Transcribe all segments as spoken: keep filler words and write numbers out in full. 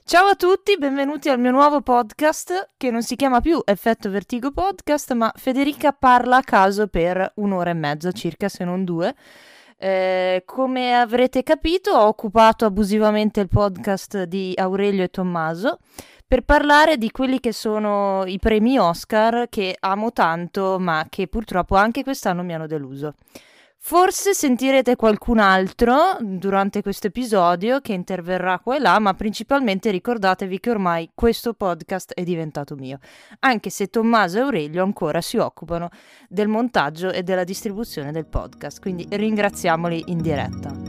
Ciao a tutti, benvenuti al mio nuovo podcast che non si chiama più Effetto Vertigo Podcast, ma Federica parla a caso per un'ora e mezza circa, se non due. Eh, come avrete capito, ho occupato abusivamente il podcast di Aurelio e Tommaso per parlare di quelli che sono i premi Oscar che amo tanto, ma che purtroppo anche quest'anno mi hanno deluso. Forse sentirete qualcun altro durante questo episodio che interverrà qua e là, ma principalmente ricordatevi che ormai questo podcast è diventato mio, anche se Tommaso e Aurelio ancora si occupano del montaggio e della distribuzione del podcast, quindi ringraziamoli in diretta.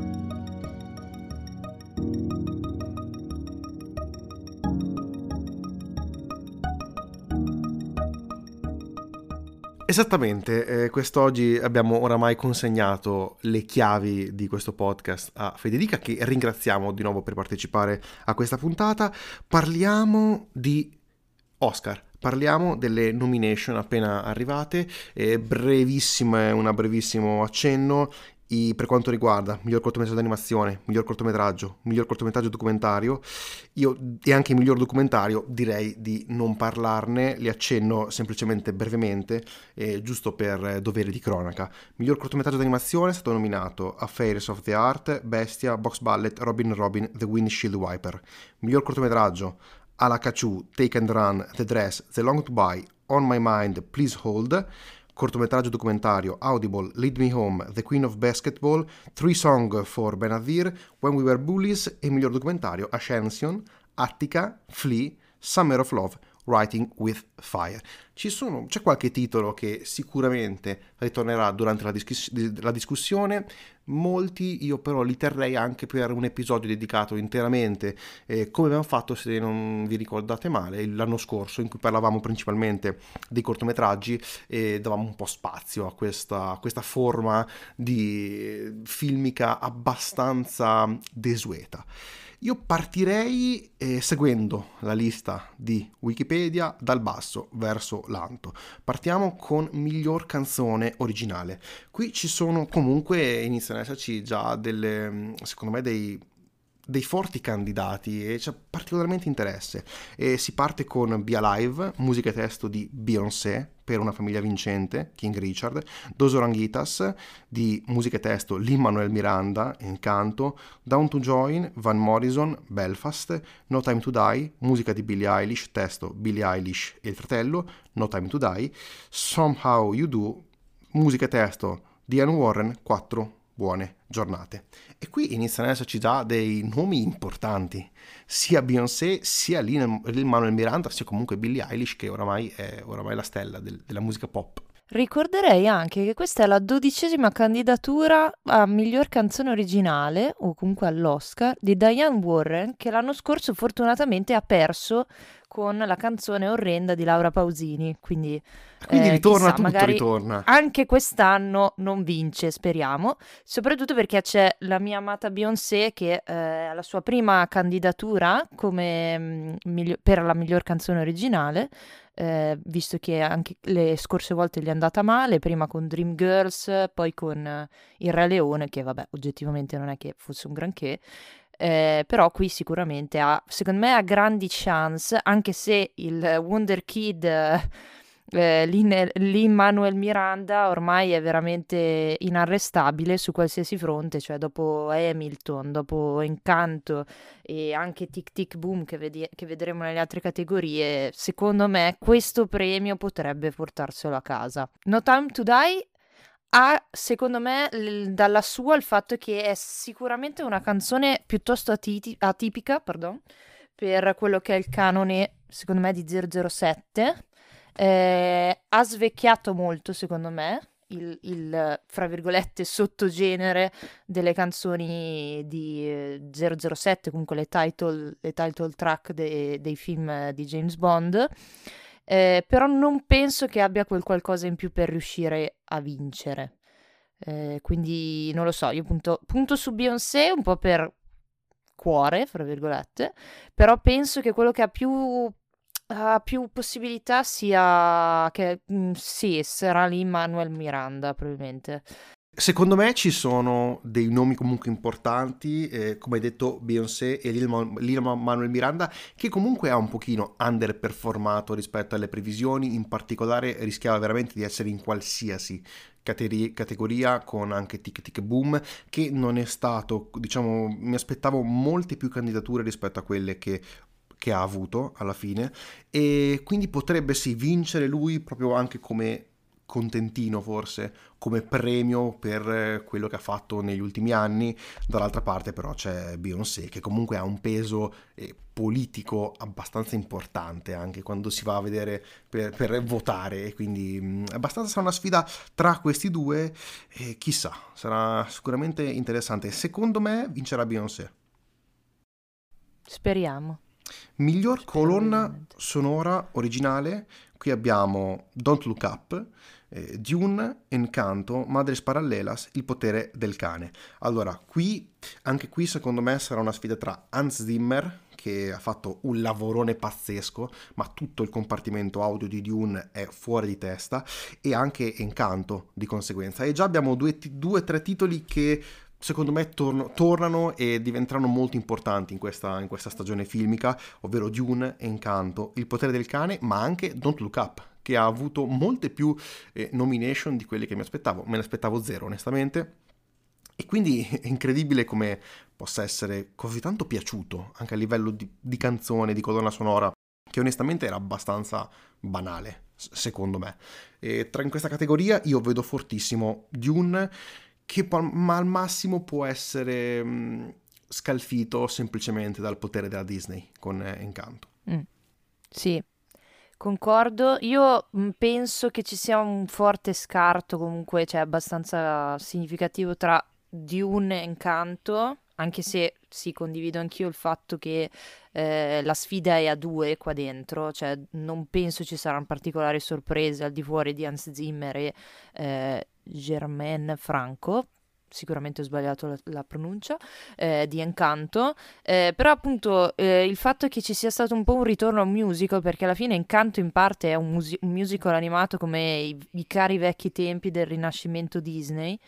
Esattamente, eh, quest'oggi abbiamo oramai consegnato le chiavi di questo podcast a Federica, che ringraziamo di nuovo per partecipare a questa puntata. Parliamo di Oscar, parliamo delle nomination appena arrivate, eh, brevissime, un brevissimo accenno. I, per quanto riguarda miglior cortometraggio d'animazione, miglior cortometraggio, miglior cortometraggio documentario, io e anche miglior documentario direi di non parlarne, li accenno semplicemente brevemente, eh, giusto per dovere di cronaca. Miglior cortometraggio d'animazione è stato nominato Affairs of the Art, Bestia, Box Ballet, Robin Robin, The Windshield Wiper. Miglior cortometraggio Alakachu, Take and Run, The Dress, The Long Goodbye, On My Mind, Please Hold. Cortometraggio documentario Audible, Lead Me Home, The Queen of Basketball, Three Song for Benazir, When We Were Bullies e miglior documentario Ascension, Attica, Flea, Summer of Love, Writing with Fire. Ci sono, c'è qualche titolo che sicuramente ritornerà durante la, discuss- la discussione, molti io però li terrei anche per un episodio dedicato interamente, eh, come abbiamo fatto, se non vi ricordate male, l'anno scorso, in cui parlavamo principalmente dei cortometraggi e davamo un po' spazio a questa, a questa forma di filmica abbastanza desueta. Io partirei eh, seguendo la lista di Wikipedia dal basso verso l'alto. Partiamo con miglior canzone originale. Qui ci sono comunque, iniziano ad esserci già delle, secondo me, dei, dei forti candidati e c'è particolarmente interesse. E si parte con Be Alive, musica e testo di Beyoncé, per una famiglia vincente, King Richard, Dos Oranguitas, di musica e testo Lin-Manuel Miranda, Encanto, Down to Join, Van Morrison, Belfast, No Time to Die, musica di Billie Eilish, testo Billie Eilish e il fratello, No Time to Die, Somehow You Do, musica e testo Diane Warren, Quattro buone giornate. E qui iniziano ad esserci già dei nomi importanti, sia Beyoncé sia Lin-Manuel Miranda sia comunque Billie Eilish, che oramai è oramai la stella del, della musica pop. Ricorderei anche che questa è la dodicesima candidatura a miglior canzone originale, o comunque all'Oscar, di Diane Warren, che l'anno scorso fortunatamente ha perso con la canzone orrenda di Laura Pausini, quindi, quindi eh, ritorna chissà, tutto, magari ritorna. Anche quest'anno non vince, speriamo, soprattutto perché c'è la mia amata Beyoncé che eh, alla sua prima candidatura come, mh, miglio- per la miglior canzone originale, eh, visto che anche le scorse volte gli è andata male, prima con Dreamgirls, poi con eh, Il Re Leone, che vabbè, oggettivamente non è che fosse un granché, eh, però qui sicuramente ha, secondo me, ha grandi chance, anche se il Wonder Kid eh, Lin- Lin-Manuel Miranda ormai è veramente inarrestabile su qualsiasi fronte, cioè dopo Hamilton, dopo Encanto e anche Tic Tic Boom che, vedi- che vedremo nelle altre categorie, secondo me questo premio potrebbe portarselo a casa. No Time to Die ha, secondo me, l- dalla sua il fatto che è sicuramente una canzone piuttosto atiti- atipica, pardon, per quello che è il canone, secondo me, di zero zero sette. Eh, ha svecchiato molto, secondo me, il, il, fra virgolette, sottogenere delle canzoni di eh, zero zero sette, comunque le title, le title track de- dei film eh, di James Bond. Eh, però non penso che abbia quel qualcosa in più per riuscire a vincere. Eh, quindi non lo so, io punto, punto su Beyoncé un po' per cuore, fra virgolette, però penso che quello che ha più, ha più possibilità sia che, mm, sì, sarà lì Manuel Miranda, probabilmente. Secondo me ci sono dei nomi comunque importanti, eh, come hai detto Beyoncé e Lil, Mon- Lil Manuel Miranda, che comunque ha un pochino underperformato rispetto alle previsioni, in particolare rischiava veramente di essere in qualsiasi cateri- categoria, con anche Tic Tic Boom, che non è stato, diciamo, mi aspettavo molte più candidature rispetto a quelle che che ha avuto alla fine, e quindi potrebbe sì vincere lui proprio anche come contentino, forse come premio per eh, quello che ha fatto negli ultimi anni. Dall'altra parte però c'è Beyoncé, che comunque ha un peso eh, politico abbastanza importante anche quando si va a vedere per, per votare, e quindi mh, abbastanza sarà una sfida tra questi due, e chissà, sarà sicuramente interessante. Secondo me vincerà Beyoncé. Speriamo, Miglior spero colonna vivamente. sonora originale, qui abbiamo Don't Look Up, eh, Dune, Encanto, Madres Parallelas, Il potere del cane. Allora, qui, anche qui secondo me sarà una sfida tra Hans Zimmer, che ha fatto un lavorone pazzesco, ma tutto il compartimento audio di Dune è fuori di testa, e anche Encanto di conseguenza. E già abbiamo due o tre titoli che secondo me torno- tornano e diventeranno molto importanti in questa, in questa stagione filmica, ovvero Dune, Encanto, Il potere del cane, ma anche Don't Look Up, che ha avuto molte più eh, nomination di quelle che mi aspettavo. Me ne aspettavo zero, onestamente. E quindi è incredibile come possa essere così tanto piaciuto, anche a livello di, di canzone, di colonna sonora, che onestamente era abbastanza banale, s- secondo me. E tra in questa categoria io vedo fortissimo Dune, che po- ma al massimo può essere mh, scalfito semplicemente dal potere della Disney con eh, Encanto. Mm, sì, concordo. Io mm, penso che ci sia un forte scarto comunque, cioè abbastanza significativo tra Dune e Encanto, anche se sì, condivido anch'io il fatto che eh, la sfida è a due qua dentro, cioè non penso ci saranno particolari sorprese al di fuori di Hans Zimmer e eh, Germaine Franco. Sicuramente ho sbagliato la, la pronuncia eh, di Encanto. Eh, però appunto eh, il fatto che ci sia stato un po' un ritorno a un musical, perché alla fine Encanto in parte è un, musi- un musical animato come i, i cari vecchi tempi del Rinascimento Disney,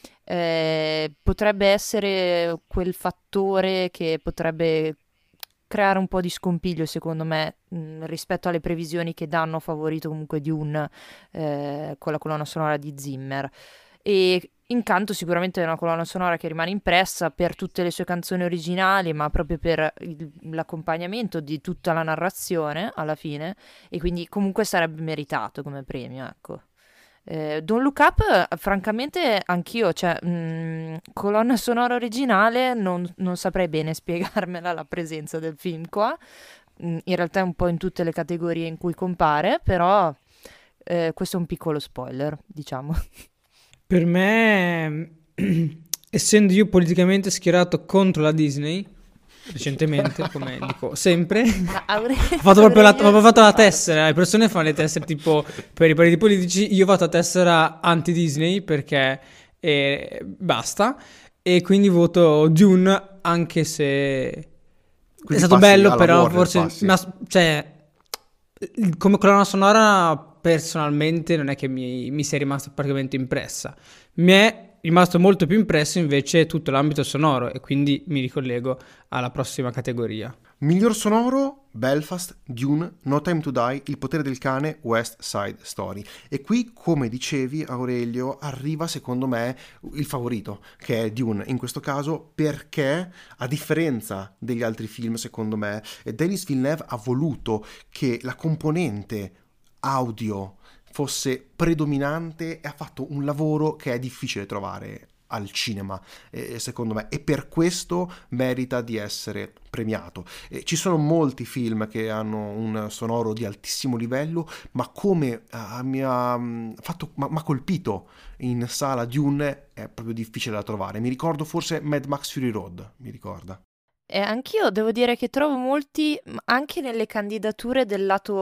eh, potrebbe essere quel fattore che potrebbe creare un po' di scompiglio, secondo me, mh, rispetto alle previsioni che danno favorito comunque Dune eh, con la colonna sonora di Zimmer. E Incanto sicuramente è una colonna sonora che rimane impressa per tutte le sue canzoni originali, ma proprio per il- l'accompagnamento di tutta la narrazione alla fine, e quindi comunque sarebbe meritato come premio, ecco. Eh, Don't Look Up, eh, francamente, anch'io, cioè, mh, colonna sonora originale, non, non saprei bene spiegarmela la presenza del film qua. Mm, in realtà è un po' in tutte le categorie in cui compare, però eh, questo è un piccolo spoiler, diciamo. Per me, essendo io politicamente schierato contro la Disney, recentemente, come dico sempre, Ma Aure- ho fatto proprio la, ho Aurelio proprio fatto la scomparso. tessera. Le persone fanno le tessere tipo per i partiti politici. Io ho fatto la tessera anti-Disney perché eh, basta. E quindi voto Dune, anche se è Quindi stato passi bello, alla però Warner, forse... passi. ma- cioè, come colonna sonora, personalmente, non è che mi, mi sia rimasta praticamente impressa. Mi è rimasto molto più impresso invece tutto l'ambito sonoro, e quindi mi ricollego alla prossima categoria. Miglior sonoro, Belfast, Dune, No Time to Die, Il potere del cane, West Side Story. E qui, come dicevi Aurelio, arriva secondo me il favorito, che è Dune in questo caso, perché a differenza degli altri film, secondo me, Denis Villeneuve ha voluto che la componente audio fosse predominante, e ha fatto un lavoro che è difficile trovare al cinema, eh, secondo me, e per questo merita di essere premiato. Eh, ci sono molti film che hanno un sonoro di altissimo livello, ma come eh, mi ha mm, fatto, ma- m'ha colpito in sala Dune è proprio difficile da trovare. Mi ricordo forse Mad Max Fury Road, mi ricorda. E anch'io devo dire che trovo molti, m- anche nelle candidature del lato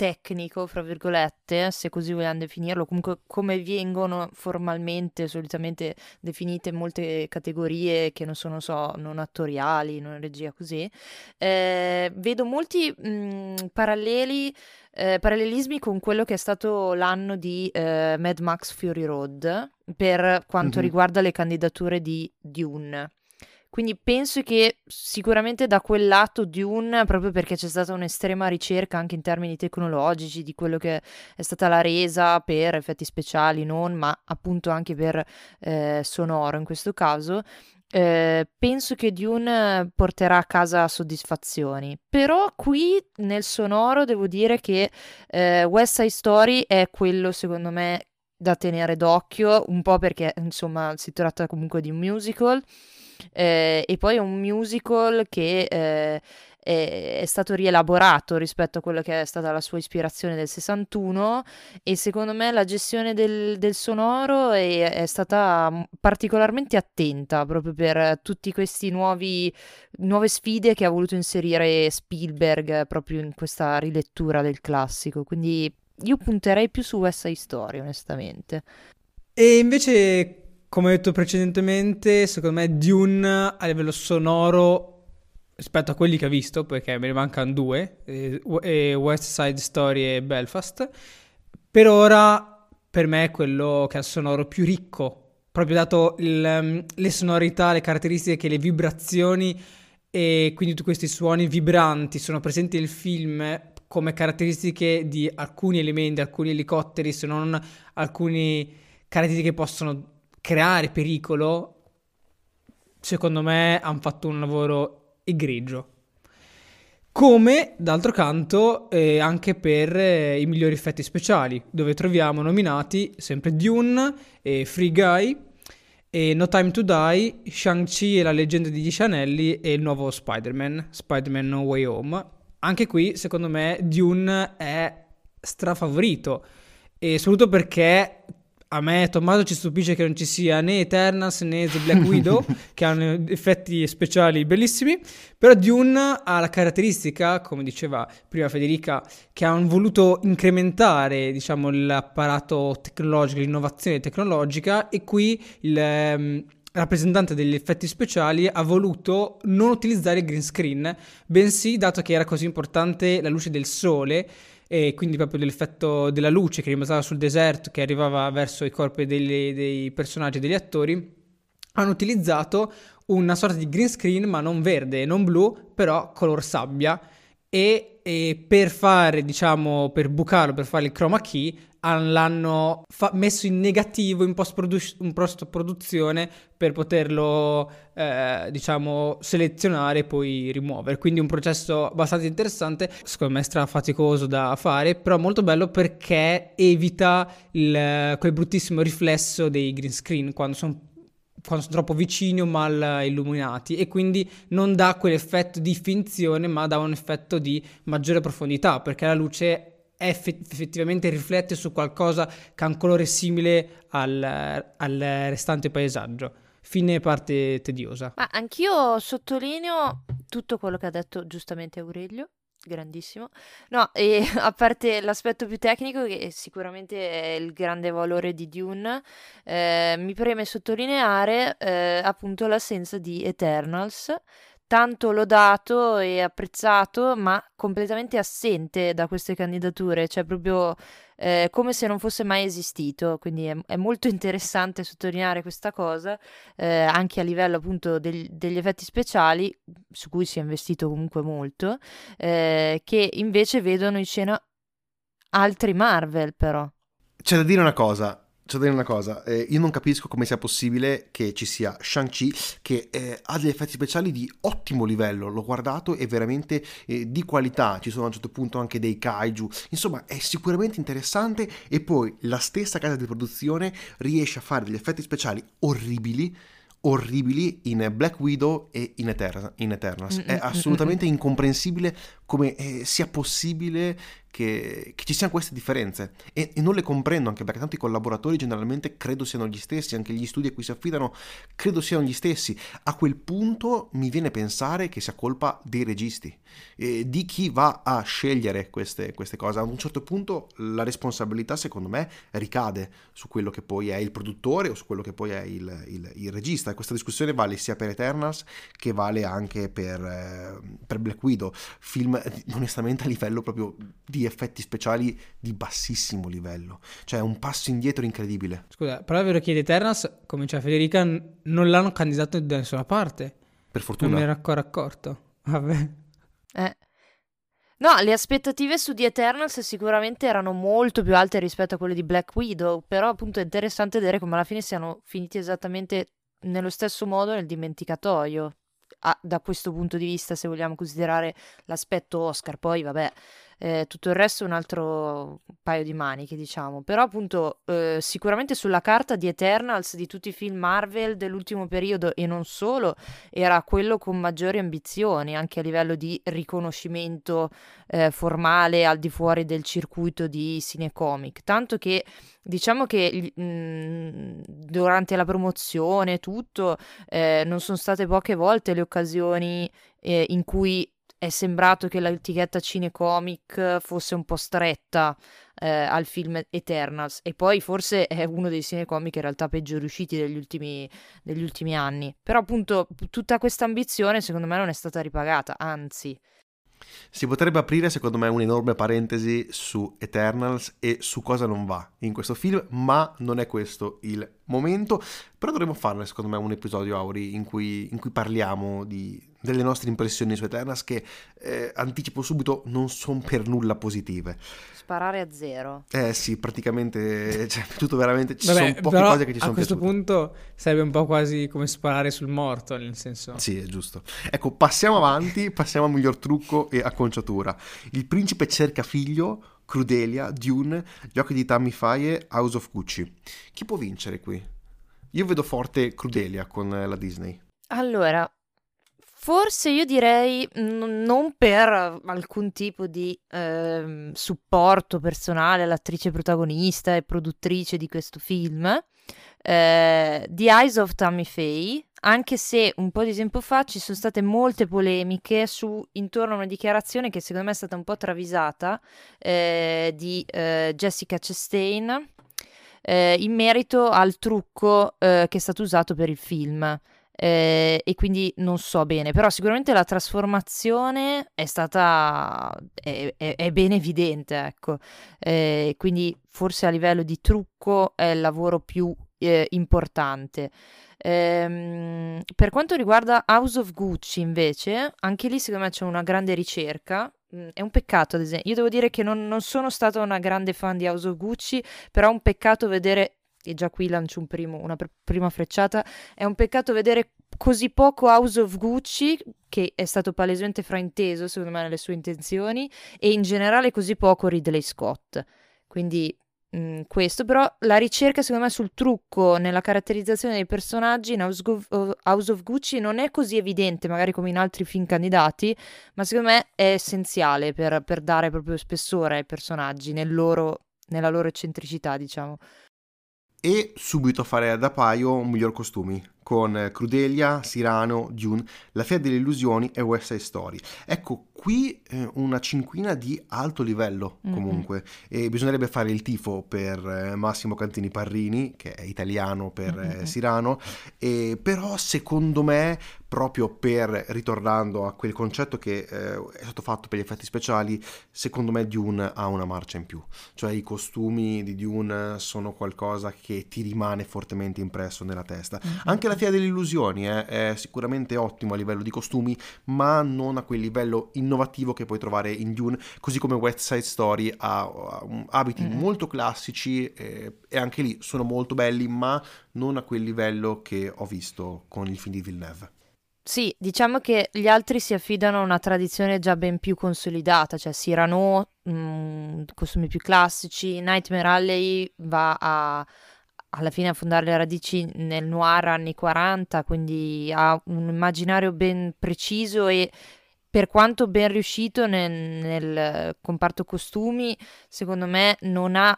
tecnico, fra virgolette, se così vogliamo definirlo, comunque come vengono formalmente, solitamente definite molte categorie che non sono, so, non attoriali, non regia, così, eh, vedo molti mh, paralleli, eh, parallelismi con quello che è stato l'anno di eh, Mad Max Fury Road per quanto Mhm. riguarda le candidature di Dune. Quindi penso che sicuramente da quel lato Dune, proprio perché c'è stata un'estrema ricerca anche in termini tecnologici di quello che è stata la resa per effetti speciali, non, ma appunto anche per eh, sonoro in questo caso, eh, penso che Dune porterà a casa soddisfazioni. Però qui nel sonoro devo dire che eh, West Side Story è quello secondo me da tenere d'occhio, un po' perché insomma si tratta comunque di un musical, eh, e poi è un musical che eh, è, è stato rielaborato rispetto a quello che è stata la sua ispirazione del sessantuno, e secondo me la gestione del, del sonoro è, è stata mm, particolarmente attenta proprio per tutti questi nuovi nuove sfide che ha voluto inserire Spielberg eh, proprio in questa rilettura del classico. Quindi io punterei più su West Side Story, onestamente. E invece, come ho detto precedentemente, secondo me Dune a livello sonoro, rispetto a quelli che ho visto, perché me ne mancano due, eh, e West Side Story e Belfast, per ora per me è quello che ha il sonoro più ricco, proprio dato il, um, le sonorità, le caratteristiche, le vibrazioni e quindi tutti questi suoni vibranti sono presenti nel film come caratteristiche di alcuni elementi, alcuni elicotteri, se non alcuni caratteristiche che possono creare pericolo. Secondo me hanno fatto un lavoro egregio. Come, d'altro canto, eh, anche per eh, i migliori effetti speciali, dove troviamo nominati sempre Dune, e Free Guy, e No Time to Die, Shang-Chi e la leggenda degli Dieci Anelli e il nuovo Spider-Man, Spider-Man No Way Home. Anche qui, secondo me, Dune è strafavorito, e soprattutto perché a me, Tommaso, ci stupisce che non ci sia né Eternals né The Black Widow, che hanno effetti speciali bellissimi, però Dune ha la caratteristica, come diceva prima Federica, che hanno voluto incrementare, diciamo, l'apparato tecnologico, l'innovazione tecnologica, e qui il ehm, rappresentante degli effetti speciali ha voluto non utilizzare il green screen, bensì, dato che era così importante la luce del sole, e quindi proprio dell'effetto della luce che rimasava sul deserto, che arrivava verso i corpi degli, dei personaggi e degli attori, hanno utilizzato una sorta di green screen, ma non verde, non blu, però color sabbia, e, e per fare, diciamo, per bucarlo, per fare il chroma key, l'hanno fa- messo in negativo in post-produ- in post-produzione per poterlo, eh, diciamo, selezionare e poi rimuovere. Quindi un processo abbastanza interessante, secondo me strafaticoso da fare, però molto bello perché evita il, quel bruttissimo riflesso dei green screen quando sono quando sono troppo vicini o mal illuminati, e quindi non dà quell'effetto di finzione, ma dà un effetto di maggiore profondità, perché la luce effettivamente riflette su qualcosa che ha un colore simile al, al restante paesaggio. Fine parte tediosa. Ma anch'io sottolineo tutto quello che ha detto giustamente Aurelio, grandissimo. No, e a parte l'aspetto più tecnico, che sicuramente è il grande valore di Dune, eh, mi preme sottolineare eh, appunto l'assenza di Eternals, tanto lodato e apprezzato, ma completamente assente da queste candidature, cioè proprio eh, come se non fosse mai esistito. Quindi è, è molto interessante sottolineare questa cosa, eh, anche a livello appunto del- degli effetti speciali, su cui si è investito comunque molto, eh, che invece vedono in scena altri Marvel, però. C'è da dire una cosa, c'è da dire una cosa, eh, io non capisco come sia possibile che ci sia Shang-Chi che eh, ha degli effetti speciali di ottimo livello, l'ho guardato, è veramente eh, di qualità, ci sono a un certo punto anche dei kaiju, insomma è sicuramente interessante, e poi la stessa casa di produzione riesce a fare degli effetti speciali orribili, orribili in Black Widow e in, Eterna- in Eternals. È assolutamente incomprensibile come eh, sia possibile che, che ci siano queste differenze e, e non le comprendo, anche perché tanto i collaboratori generalmente credo siano gli stessi, anche gli studi a cui si affidano credo siano gli stessi. A quel punto mi viene a pensare che sia colpa dei registi, e di chi va a scegliere queste, queste cose. A un certo punto la responsabilità secondo me ricade su quello che poi è il produttore o su quello che poi è il, il, il regista, e questa discussione vale sia per Eternals che vale anche per, eh, per Black Widow, film onestamente a livello proprio di effetti speciali di bassissimo livello, cioè un passo indietro incredibile. Scusa, però è vero che di Eternals, come diceva Federica, n- non l'hanno candidato da nessuna parte. Per Non fortuna. mi ero ancora accorto. Vabbè. Eh. No, le aspettative su The Eternals sicuramente erano molto più alte rispetto a quelle di Black Widow, però appunto è interessante vedere come alla fine siano finiti esattamente nello stesso modo nel dimenticatoio. Ah, da questo punto di vista, se vogliamo considerare l'aspetto Oscar, poi vabbè, eh, tutto il resto è un altro paio di maniche, diciamo. Però appunto eh, sicuramente sulla carta di Eternals, di tutti i film Marvel dell'ultimo periodo e non solo, era quello con maggiori ambizioni, anche a livello di riconoscimento eh, formale al di fuori del circuito di cinecomic. Tanto che diciamo che gli- mh, durante la promozione tutto eh, non sono state poche volte le occasioni eh, in cui è sembrato che l'etichetta cinecomic fosse un po' stretta eh, al film Eternals, e poi forse è uno dei cinecomic in realtà peggio riusciti degli ultimi, degli ultimi anni. Però appunto tutta questa ambizione secondo me non è stata ripagata, anzi. Si potrebbe aprire secondo me un'enorme parentesi su Eternals e su cosa non va in questo film, ma non è questo il momento. Però dovremmo farne secondo me un episodio, Auri, in cui, in cui parliamo di, delle nostre impressioni su Eternals, che eh, anticipo subito non sono per nulla positive. Sparare a zero. Eh sì, praticamente cioè, tutto veramente, ci Vabbè, sono poche però cose che ci sono a questo piaciute. punto sarebbe un po' quasi come sparare sul morto, nel senso. Sì, è giusto. Ecco, passiamo avanti, passiamo al miglior trucco e acconciatura. Il principe cerca figlio, Crudelia, Dune, Gli occhi di Tammy Faye, House of Gucci. Chi può vincere qui? Io vedo forte Crudelia con la Disney. Allora, forse io direi n- non per alcun tipo di ehm, supporto personale all'attrice protagonista e produttrice di questo film, eh, The Eyes of Tammy Faye, anche se un po' di tempo fa ci sono state molte polemiche su, intorno a una dichiarazione che secondo me è stata un po' travisata eh, di eh, Jessica Chastain eh, in merito al trucco eh, che è stato usato per il film. Eh, e quindi non so bene, però sicuramente la trasformazione è stata è, è- è ben evidente, ecco. Eh, quindi forse a livello di trucco è il lavoro più eh, importante. Ehm, per quanto riguarda House of Gucci, invece, anche lì secondo me c'è una grande ricerca. Mm, È un peccato, ad esempio. Io devo dire che non, non sono stata una grande fan di House of Gucci, però è un peccato vedere, e già qui lancio un primo- una pr- prima frecciata, è un peccato vedere così poco House of Gucci, che è stato palesemente frainteso, secondo me, nelle sue intenzioni, e in generale così poco Ridley Scott. Quindi mh, questo, però la ricerca, secondo me, sul trucco nella caratterizzazione dei personaggi in House, Gu- of- House of Gucci non è così evidente, magari come in altri film candidati, ma secondo me è essenziale per, per dare proprio spessore ai personaggi nel loro- nella loro eccentricità, diciamo. E subito a fare da paio un miglior costumi con Crudelia, Cyrano, Dune, La Fiera delle Illusioni e West Side Story. Ecco, qui eh, una cinquina di alto livello Mm-mm. comunque, e bisognerebbe fare il tifo per eh, Massimo Cantini Parrini, che è italiano per eh, Mm-mm. Cyrano, e però secondo me, proprio per, ritornando a quel concetto che eh, è stato fatto per gli effetti speciali, secondo me Dune ha una marcia in più, cioè i costumi di Dune sono qualcosa che ti rimane fortemente impresso nella testa. Anche La Fiera delle Illusioni eh, è sicuramente ottimo a livello di costumi, ma non a quel livello innovativo che puoi trovare in Dune, così come West Side Story ha, ha un- abiti Mm-mm. molto classici eh, e anche lì sono molto belli, ma non a quel livello che ho visto con il film di Villeneuve. Sì, diciamo che gli altri si affidano a una tradizione già ben più consolidata, cioè Cyrano, mh, costumi più classici, Nightmare Alley va a, alla fine a fondare le radici nel noir anni quaranta, quindi ha un immaginario ben preciso e per quanto ben riuscito nel, nel comparto costumi, secondo me non ha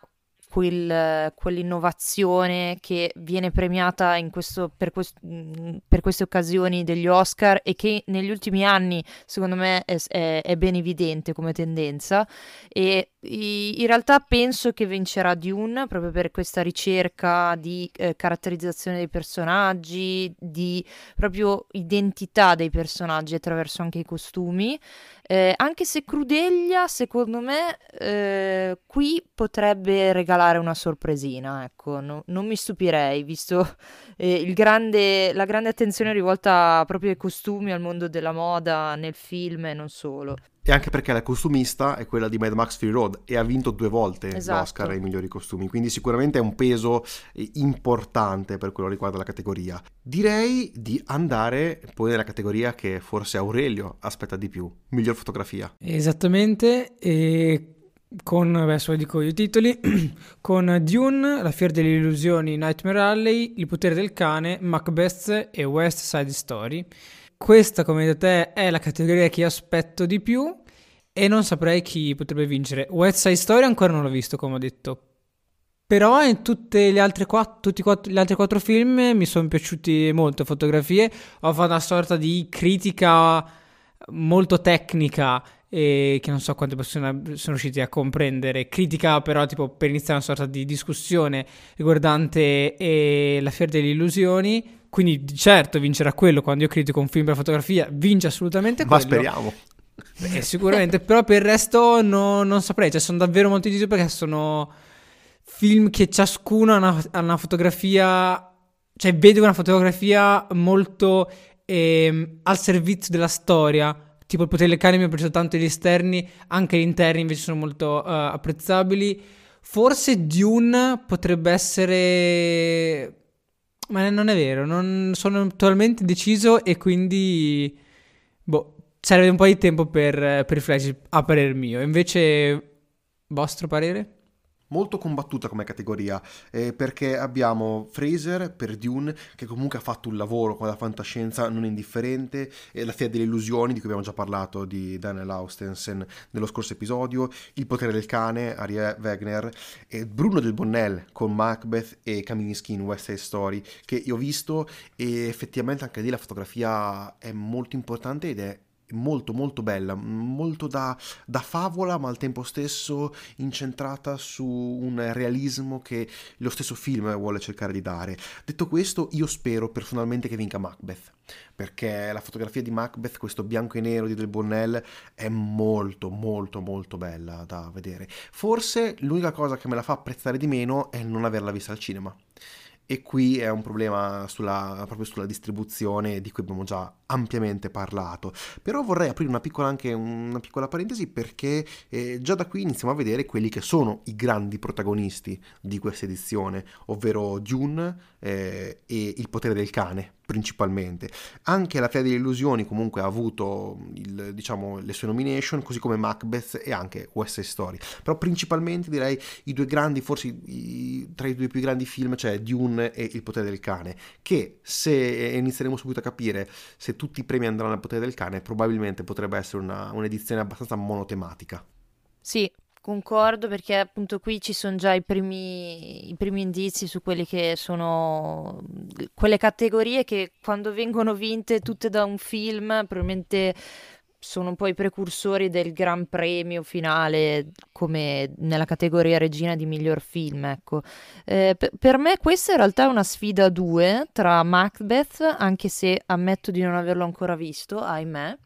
quel- quell'innovazione che viene premiata in questo, per, quest- mh, per queste occasioni degli Oscar e che negli ultimi anni, secondo me, è, è- è ben evidente come tendenza. E i- in realtà penso che vincerà Dune proprio per questa ricerca di eh, caratterizzazione dei personaggi, di proprio identità dei personaggi attraverso anche i costumi. Eh, anche se Crudeglia, secondo me, eh, qui potrebbe regalare una sorpresina, ecco, no- non mi stupirei, visto eh, il grande- la grande attenzione rivolta proprio ai costumi, al mondo della moda, nel film e non solo. E anche perché la costumista è quella di Mad Max Fury Road e ha vinto due volte l'Oscar Esatto. ai migliori costumi, quindi sicuramente è un peso eh, importante per quello che riguarda la categoria. Direi di andare poi nella categoria che forse Aurelio aspetta di più, miglior fotografia. Esattamente, e con, adesso vi dico i titoli, con Dune, La Fiera delle Illusioni, Nightmare Alley, Il potere del cane, Macbeth e West Side Story. Questa, come detto te, è la categoria che io aspetto di più e non saprei chi potrebbe vincere. West Side Story ancora non l'ho visto, come ho detto. Però in tutte le altre quattro, tutti i quattro, gli altri quattro film mi sono piaciuti molto. Fotografie, ho fatto una sorta di critica molto tecnica e che non so quante persone sono riusciti a comprendere. Critica però tipo per iniziare una sorta di discussione riguardante eh, la Fiera delle Illusioni. Quindi di certo vincerà quello. Quando io critico un film per fotografia vince assolutamente Ma quello. speriamo. Beh, sicuramente, però per il resto no- non saprei, cioè sono davvero molto divisi perché sono film che ciascuno ha una, ha una fotografia, cioè vedo una fotografia molto ehm, al servizio della storia. Tipo Il potere del cane mi è piaciuto tanto gli esterni, anche gli interni invece sono molto eh, apprezzabili. Forse Dune potrebbe essere... Ma non è vero, non sono totalmente deciso e quindi... Boh, serve un po' di tempo per, per riflettere a parer mio. Invece, vostro parere? Molto combattuta come categoria, eh, perché abbiamo Fraser per Dune, che comunque ha fatto un lavoro con la fantascienza non indifferente, e La Fiera delle Illusioni, di cui abbiamo già parlato, di Daniel Austensen nello scorso episodio, Il potere del cane, Arie Wegner, e Bruno Del Bonnell con Macbeth e Kaminsky in West Side Story, che io ho visto, e effettivamente anche lì la fotografia è molto importante ed è molto molto bella, molto da, da favola, ma al tempo stesso incentrata su un realismo che lo stesso film vuole cercare di dare. Detto questo, io spero personalmente che vinca Macbeth, perché la fotografia di Macbeth, questo bianco e nero di Del Bonnell, è molto molto molto bella da vedere. Forse l'unica cosa che me la fa apprezzare di meno è non averla vista al cinema. E qui è un problema sulla, proprio sulla distribuzione di cui abbiamo già ampiamente parlato. Però vorrei aprire una piccola, anche una piccola parentesi, perché eh, già da qui iniziamo a vedere quelli che sono i grandi protagonisti di questa edizione, ovvero Dune eh, e Il potere del cane principalmente. Anche La Fiera delle Illusioni comunque ha avuto il, diciamo, le sue nomination, così come Macbeth e anche West Side Story. Però principalmente direi i due grandi, forse i, tra i due più grandi film, cioè Dune e Il potere del cane, che se inizieremo subito a capire se tutti i premi andranno al potere del cane, probabilmente potrebbe essere una, un'edizione abbastanza monotematica. Sì, concordo perché appunto qui ci sono già i primi, i primi indizi su quelli che sono quelle categorie che quando vengono vinte tutte da un film, probabilmente sono un po' i precursori del Gran Premio finale, come nella categoria regina di miglior film, ecco. Eh, per, per me questa in realtà è una sfida a due tra Macbeth, anche se ammetto di non averlo ancora visto, ahimè.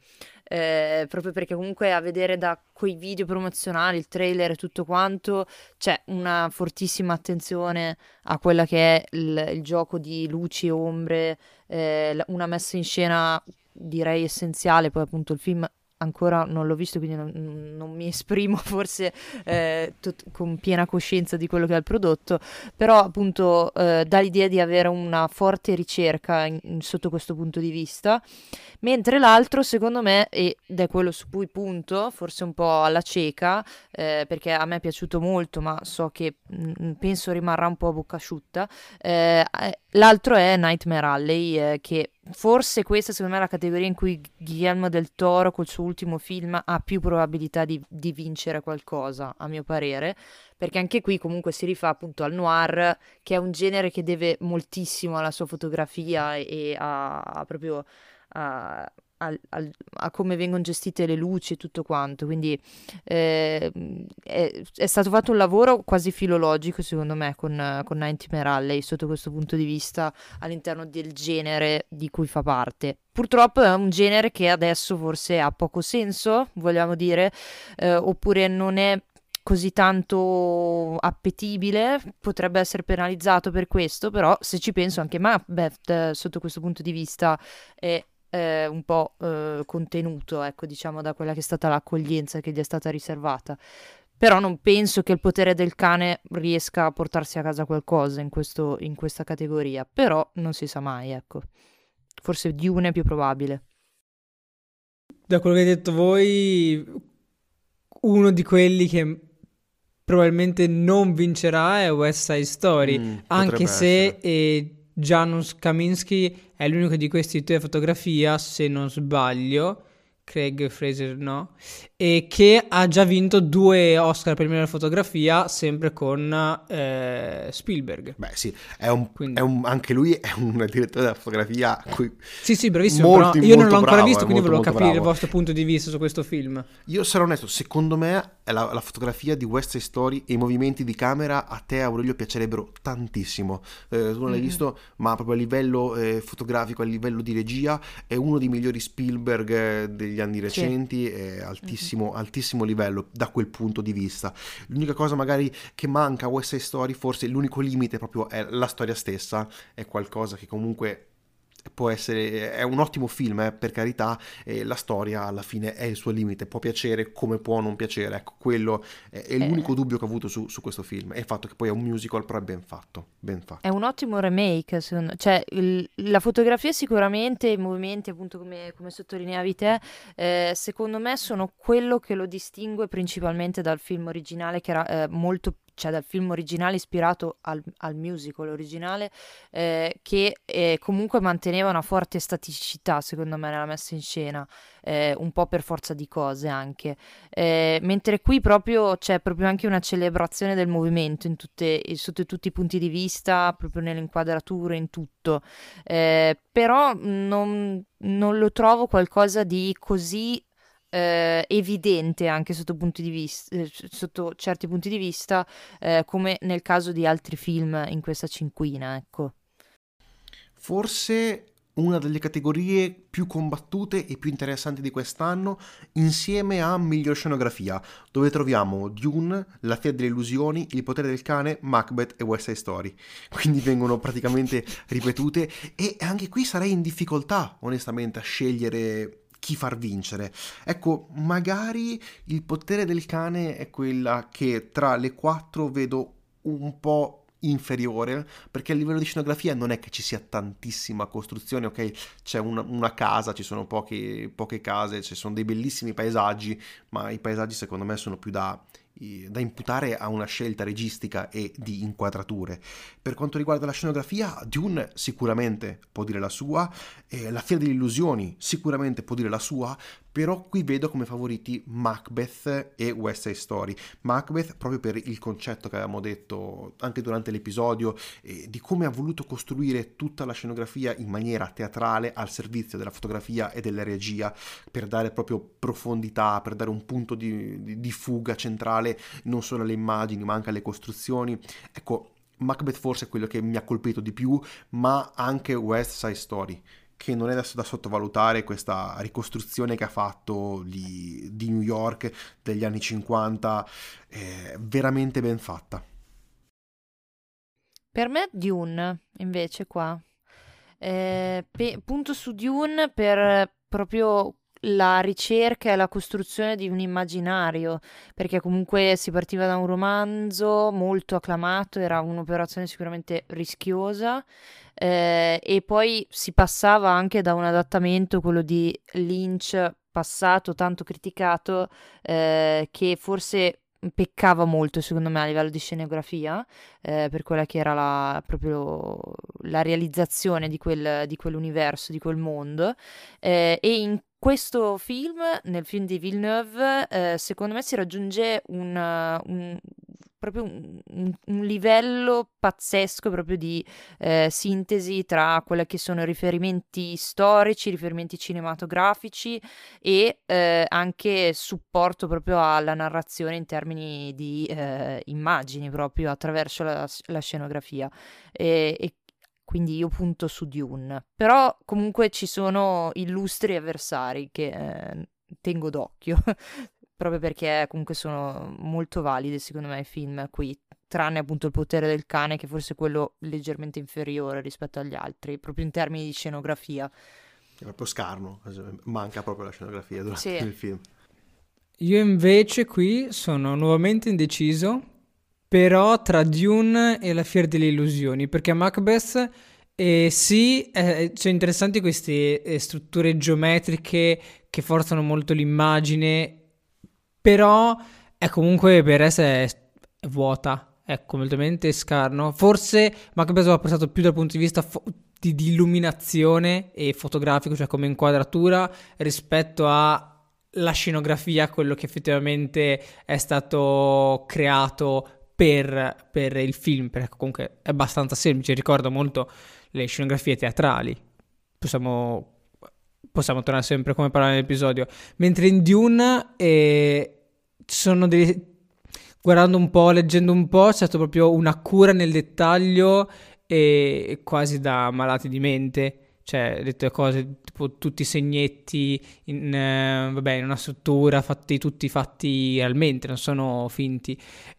Eh, proprio perché comunque a vedere da quei video promozionali, il trailer e tutto quanto, c'è una fortissima attenzione a quella che è il, il gioco di luci e ombre, eh, la- una messa in scena direi essenziale. Poi appunto il film ancora non l'ho visto, quindi non, non mi esprimo forse eh, tot- con piena coscienza di quello che è il prodotto, però appunto eh, dà l'idea di avere una forte ricerca in- in- sotto questo punto di vista. Mentre l'altro, secondo me, ed è quello su cui punto, forse un po' alla cieca, eh, perché a me è piaciuto molto, ma so che mm, penso rimarrà un po' a bocca asciutta, eh, eh, l'altro è Nightmare Alley, eh, che forse questa secondo me è la categoria in cui Guillermo del Toro col suo ultimo film ha più probabilità di, di vincere qualcosa, a mio parere, perché anche qui comunque si rifà appunto al noir, che è un genere che deve moltissimo alla sua fotografia e a, a proprio a, al- al- a come vengono gestite le luci e tutto quanto. Quindi eh, è, è stato fatto un lavoro quasi filologico, secondo me, con, con Nightmare Alley sotto questo punto di vista all'interno del genere di cui fa parte. Purtroppo è un genere che adesso forse ha poco senso, vogliamo dire, eh, oppure non è così tanto appetibile, potrebbe essere penalizzato per questo, però se ci penso anche Macbeth eh, sotto questo punto di vista è eh, un po' eh, contenuto, ecco, diciamo, da quella che è stata l'accoglienza che gli è stata riservata. Però non penso che il potere del cane riesca a portarsi a casa qualcosa in questo, in questa categoria, però non si sa mai, ecco. Forse Dune è più probabile. Da quello che avete detto voi, uno di quelli che probabilmente non vincerà è West Side Story, Mm, anche potrebbe se essere. eh, Janusz Kaminski è l'unico di questi due fotografia, se non sbaglio, Craig Fraser no, e che ha già vinto due Oscar per migliore fotografia, sempre con eh, Spielberg. Beh, sì, è un, è Quindi un- anche lui è un direttore della fotografia a cui- sì, sì, bravissimo, però molto, io non molto l'ho ancora bravo, visto, è quindi molto, volevo molto capire il bravo. vostro punto di vista su questo film. Io sarò onesto, secondo me è la, la fotografia di West Side Story e i movimenti di camera a te, Aurelio, piacerebbero tantissimo. Eh, tu non l'hai Mm, mm. visto, ma proprio a livello eh, fotografico, a livello di regia, è uno dei migliori Spielberg eh, degli anni Sì. recenti, è Mm, mm. altissimo, altissimo livello da quel punto di vista. L'unica cosa magari che manca a West Side Story, forse l'unico limite proprio è la storia stessa, è qualcosa che comunque può essere, è un ottimo film, eh, per carità, e la storia alla fine è il suo limite, può piacere come può non piacere, ecco, quello è, è Eh, l'unico dubbio che ho avuto su, su questo film, e il fatto che poi è un musical, però è ben fatto, ben È fatto. un ottimo remake, secondo cioè il- la fotografia sicuramente, i movimenti appunto come, come sottolineavi te, eh, secondo me sono quello che lo distingue principalmente dal film originale che era eh, molto, cioè dal film originale ispirato al, al musical originale, eh, che eh, comunque manteneva una forte staticità secondo me nella messa in scena, eh, un po' per forza di cose anche. Eh, mentre qui proprio c'è proprio anche una celebrazione del movimento in tutte, e sotto tutti i punti di vista, proprio nelle inquadrature, in tutto. Eh, però non, non lo trovo qualcosa di così eh, evidente anche sotto punti di vista, eh, sotto certi punti di vista, eh, come nel caso di altri film in questa cinquina, ecco. Forse una delle categorie più combattute e più interessanti di quest'anno, insieme a miglior scenografia, dove troviamo Dune, La Fiera delle Illusioni, Il potere del cane, Macbeth e West Side Story. Quindi vengono praticamente ripetute, e anche qui sarei in difficoltà, onestamente, a scegliere chi far vincere. Ecco, magari Il potere del cane è quella che tra le quattro vedo un po' inferiore, perché a livello di scenografia non è che ci sia tantissima costruzione, ok? C'è una, una casa, ci sono poche, poche case, ci sono dei bellissimi paesaggi, ma i paesaggi secondo me sono più da, i- da imputare a una scelta registica e di inquadrature. Per quanto riguarda la scenografia, Dune sicuramente può dire la sua, e La Fiera delle Illusioni sicuramente può dire la sua, però qui vedo come favoriti Macbeth e West Side Story. Macbeth proprio per il concetto che avevamo detto anche durante l'episodio, eh, di come ha voluto costruire tutta la scenografia in maniera teatrale al servizio della fotografia e della regia, per dare proprio profondità, per dare un punto di, di- di fuga centrale non solo alle immagini ma anche alle costruzioni. Ecco, Macbeth forse è quello che mi ha colpito di più, ma anche West Side Story, che non è adesso da sottovalutare, questa ricostruzione che ha fatto di, di New York degli anni cinquanta, è veramente ben fatta. Per me Dune, invece, qua. Eh, pe- punto su Dune per proprio la ricerca e la costruzione di un immaginario, perché comunque si partiva da un romanzo molto acclamato, era un'operazione sicuramente rischiosa, eh, e poi si passava anche da un adattamento, quello di Lynch, passato, tanto criticato, eh, che forse peccava molto secondo me a livello di scenografia, eh, per quella che era la, proprio la realizzazione di, quel, di quell'universo, di quel mondo, eh, e in questo film, nel film di Villeneuve, eh, secondo me si raggiunge un, un- proprio un, un- un livello pazzesco proprio di eh, sintesi tra quelli che sono riferimenti storici, riferimenti cinematografici e eh, anche supporto proprio alla narrazione in termini di eh, immagini proprio attraverso la, la scenografia. E, e quindi io punto su Dune. Però comunque ci sono illustri avversari che eh, tengo d'occhio, proprio perché comunque sono molto validi secondo me i film qui, tranne appunto Il potere del cane, che forse è quello leggermente inferiore rispetto agli altri, proprio in termini di scenografia. È proprio scarno, manca proprio la scenografia durante Sì. il film. Io invece qui sono nuovamente indeciso, però tra Dune e La Fiera delle Illusioni, perché Macbeth, eh, sì, eh, sono interessanti queste eh, strutture geometriche che forzano molto l'immagine, però è comunque per essere è vuota, è completamente scarno. Forse Macbeth va pensato più dal punto di vista fo- di, di illuminazione e fotografico, cioè come inquadratura, rispetto a la scenografia, quello che effettivamente è stato creato per, per il film, perché comunque è abbastanza semplice, ricorda molto le scenografie teatrali. Possiamo, possiamo tornare sempre come parlare nell'episodio. Mentre in Dune eh, ci sono dei... Guardando un po', leggendo un po', c'è stato proprio una cura nel dettaglio e quasi da malati di mente. Cioè, dette cose, tipo tutti i segnetti in, eh, vabbè, in una struttura, fatti, tutti fatti realmente, non sono finti.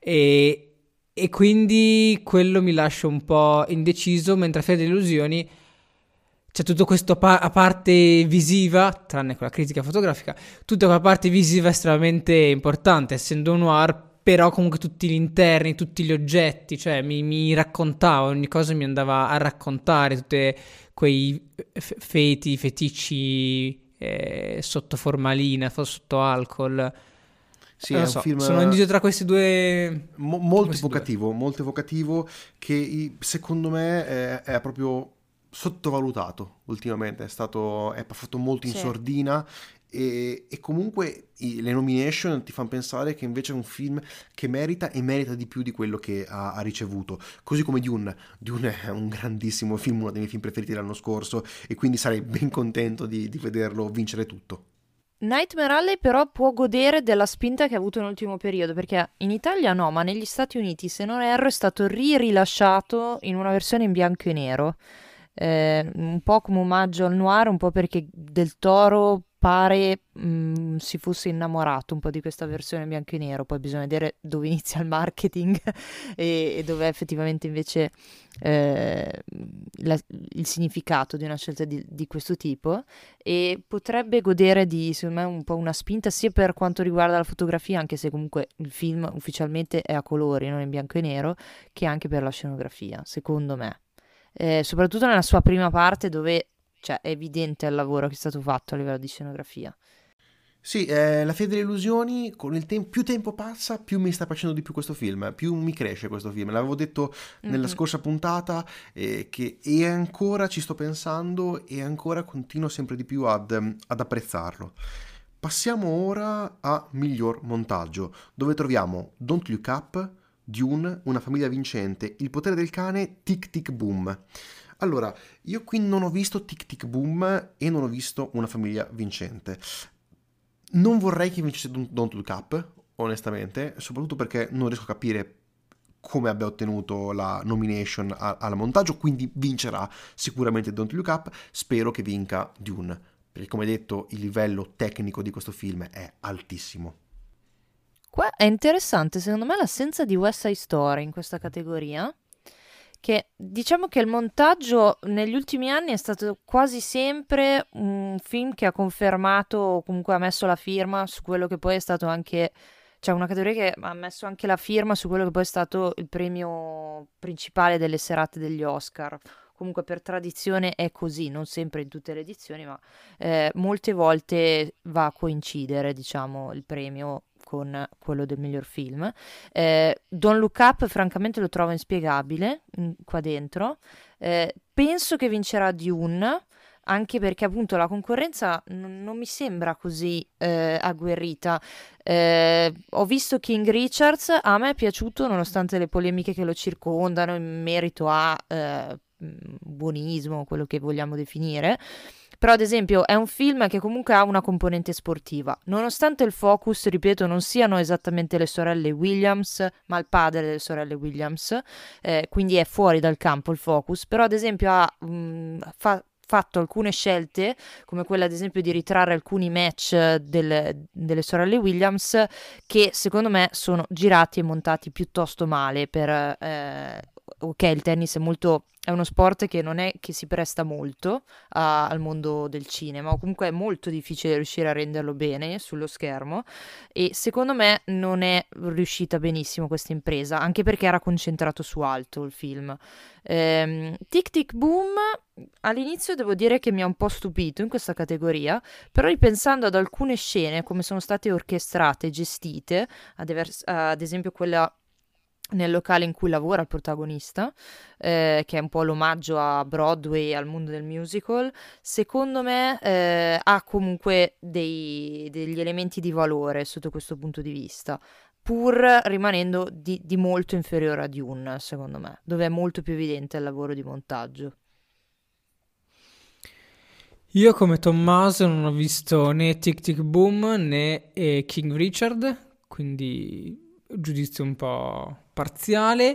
E, e quindi quello mi lascia un po' indeciso, mentre a Fiera delle Illusioni c'è tutto questo pa- a parte visiva, tranne quella critica fotografica, tutta quella parte visiva estremamente importante, essendo un noir, però comunque tutti gli interni, tutti gli oggetti, cioè mi, mi raccontava, ogni cosa mi andava a raccontare, tutti quei f- feti, feticci eh, sotto formalina, fo- sotto alcol. Sì, Non è lo un so, film sono individuo tra questi due... mo- tra molto questi due. evocativo, molto evocativo, che i- secondo me è, è proprio sottovalutato ultimamente, è stato è fatto molto in Sì. sordina e, e comunque i- le nomination ti fanno pensare che invece è un film che merita e merita di più di quello che ha, ha ricevuto, così come Dune. Dune è un grandissimo film, uno dei miei film preferiti dell'anno scorso e quindi sarei ben contento di, di vederlo vincere tutto. Nightmare Alley però può godere della spinta che ha avuto nell'ultimo periodo, perché in Italia no, ma negli Stati Uniti, se non erro, è stato ri-rilasciato in una versione in bianco e nero. Eh, un po' come omaggio al noir, un po' perché Del Toro pare mh, si fosse innamorato un po' di questa versione in bianco e nero, poi bisogna vedere dove inizia il marketing e, e dove effettivamente invece eh, la- il significato di una scelta di, di questo tipo, e potrebbe godere di, secondo me, un po' una spinta sia per quanto riguarda la fotografia, anche se comunque il film ufficialmente è a colori, non in bianco e nero, che anche per la scenografia, secondo me. Eh, soprattutto nella sua prima parte dove cioè, è evidente il lavoro che è stato fatto a livello di scenografia. Sì, eh, La Fiera delle Illusioni, con il tempo, più tempo passa, più mi sta piacendo di più questo film, più mi cresce questo film. L'avevo detto nella Mm-mm. scorsa puntata eh, che e ancora ci sto pensando e ancora continuo sempre di più ad, ehm, ad apprezzarlo. Passiamo ora a miglior montaggio, dove troviamo Don't Look Up, Dune, Una famiglia vincente, Il potere del cane, Tic Tic Boom. Allora, io qui non ho visto Tic Tic Boom e non ho visto Una famiglia vincente. Non vorrei che vincesse Don't Don't Look Up, onestamente, soprattutto perché non riesco a capire come abbia ottenuto la nomination a- al montaggio, quindi vincerà sicuramente Don't Look Up, spero che vinca Dune, perché come detto il livello tecnico di questo film è altissimo. Qua è interessante, secondo me, l'assenza di West Side Story in questa categoria, che diciamo che il montaggio negli ultimi anni è stato quasi sempre un film che ha confermato o comunque ha messo la firma su quello che poi è stato anche, cioè una categoria che ha messo anche la firma su quello che poi è stato il premio principale delle serate degli Oscar. Comunque per tradizione è così, non sempre in tutte le edizioni, ma eh, molte volte va a coincidere, diciamo, il premio con quello del miglior film. Eh, Don't Look Up francamente lo trovo inspiegabile mh, qua dentro. Eh, penso che vincerà Dune, anche perché appunto la concorrenza n- non mi sembra così eh, agguerrita. Eh, ho visto King Richards, a me è piaciuto nonostante le polemiche che lo circondano in merito a eh, mh, buonismo, quello che vogliamo definire. Però ad esempio è un film che comunque ha una componente sportiva, nonostante il focus, ripeto, non siano esattamente le sorelle Williams, ma il padre delle sorelle Williams, eh, quindi è fuori dal campo il focus, però ad esempio ha mh, fa- fatto alcune scelte, come quella ad esempio di ritrarre alcuni match del- delle sorelle Williams, che secondo me sono girati e montati piuttosto male per... eh, ok, il tennis è molto... È uno sport che non è che si presta molto a- al mondo del cinema, o comunque è molto difficile riuscire a renderlo bene sullo schermo e secondo me non è riuscita benissimo questa impresa, anche perché era concentrato su altro il film. Ehm, Tic Tic Boom all'inizio devo dire che mi ha un po' stupito in questa categoria, però ripensando ad alcune scene, come sono state orchestrate e gestite, ad, evers- ad esempio quella nel locale in cui lavora il protagonista, eh, che è un po' l'omaggio a Broadway e al mondo del musical, secondo me eh, ha comunque dei- degli elementi di valore sotto questo punto di vista, pur rimanendo di, di molto inferiore a Dune, secondo me, dove è molto più evidente il lavoro di montaggio. Io come Tommaso non ho visto né Tic Tic Boom né eh, King Richard, quindi giudizio un po' parziale.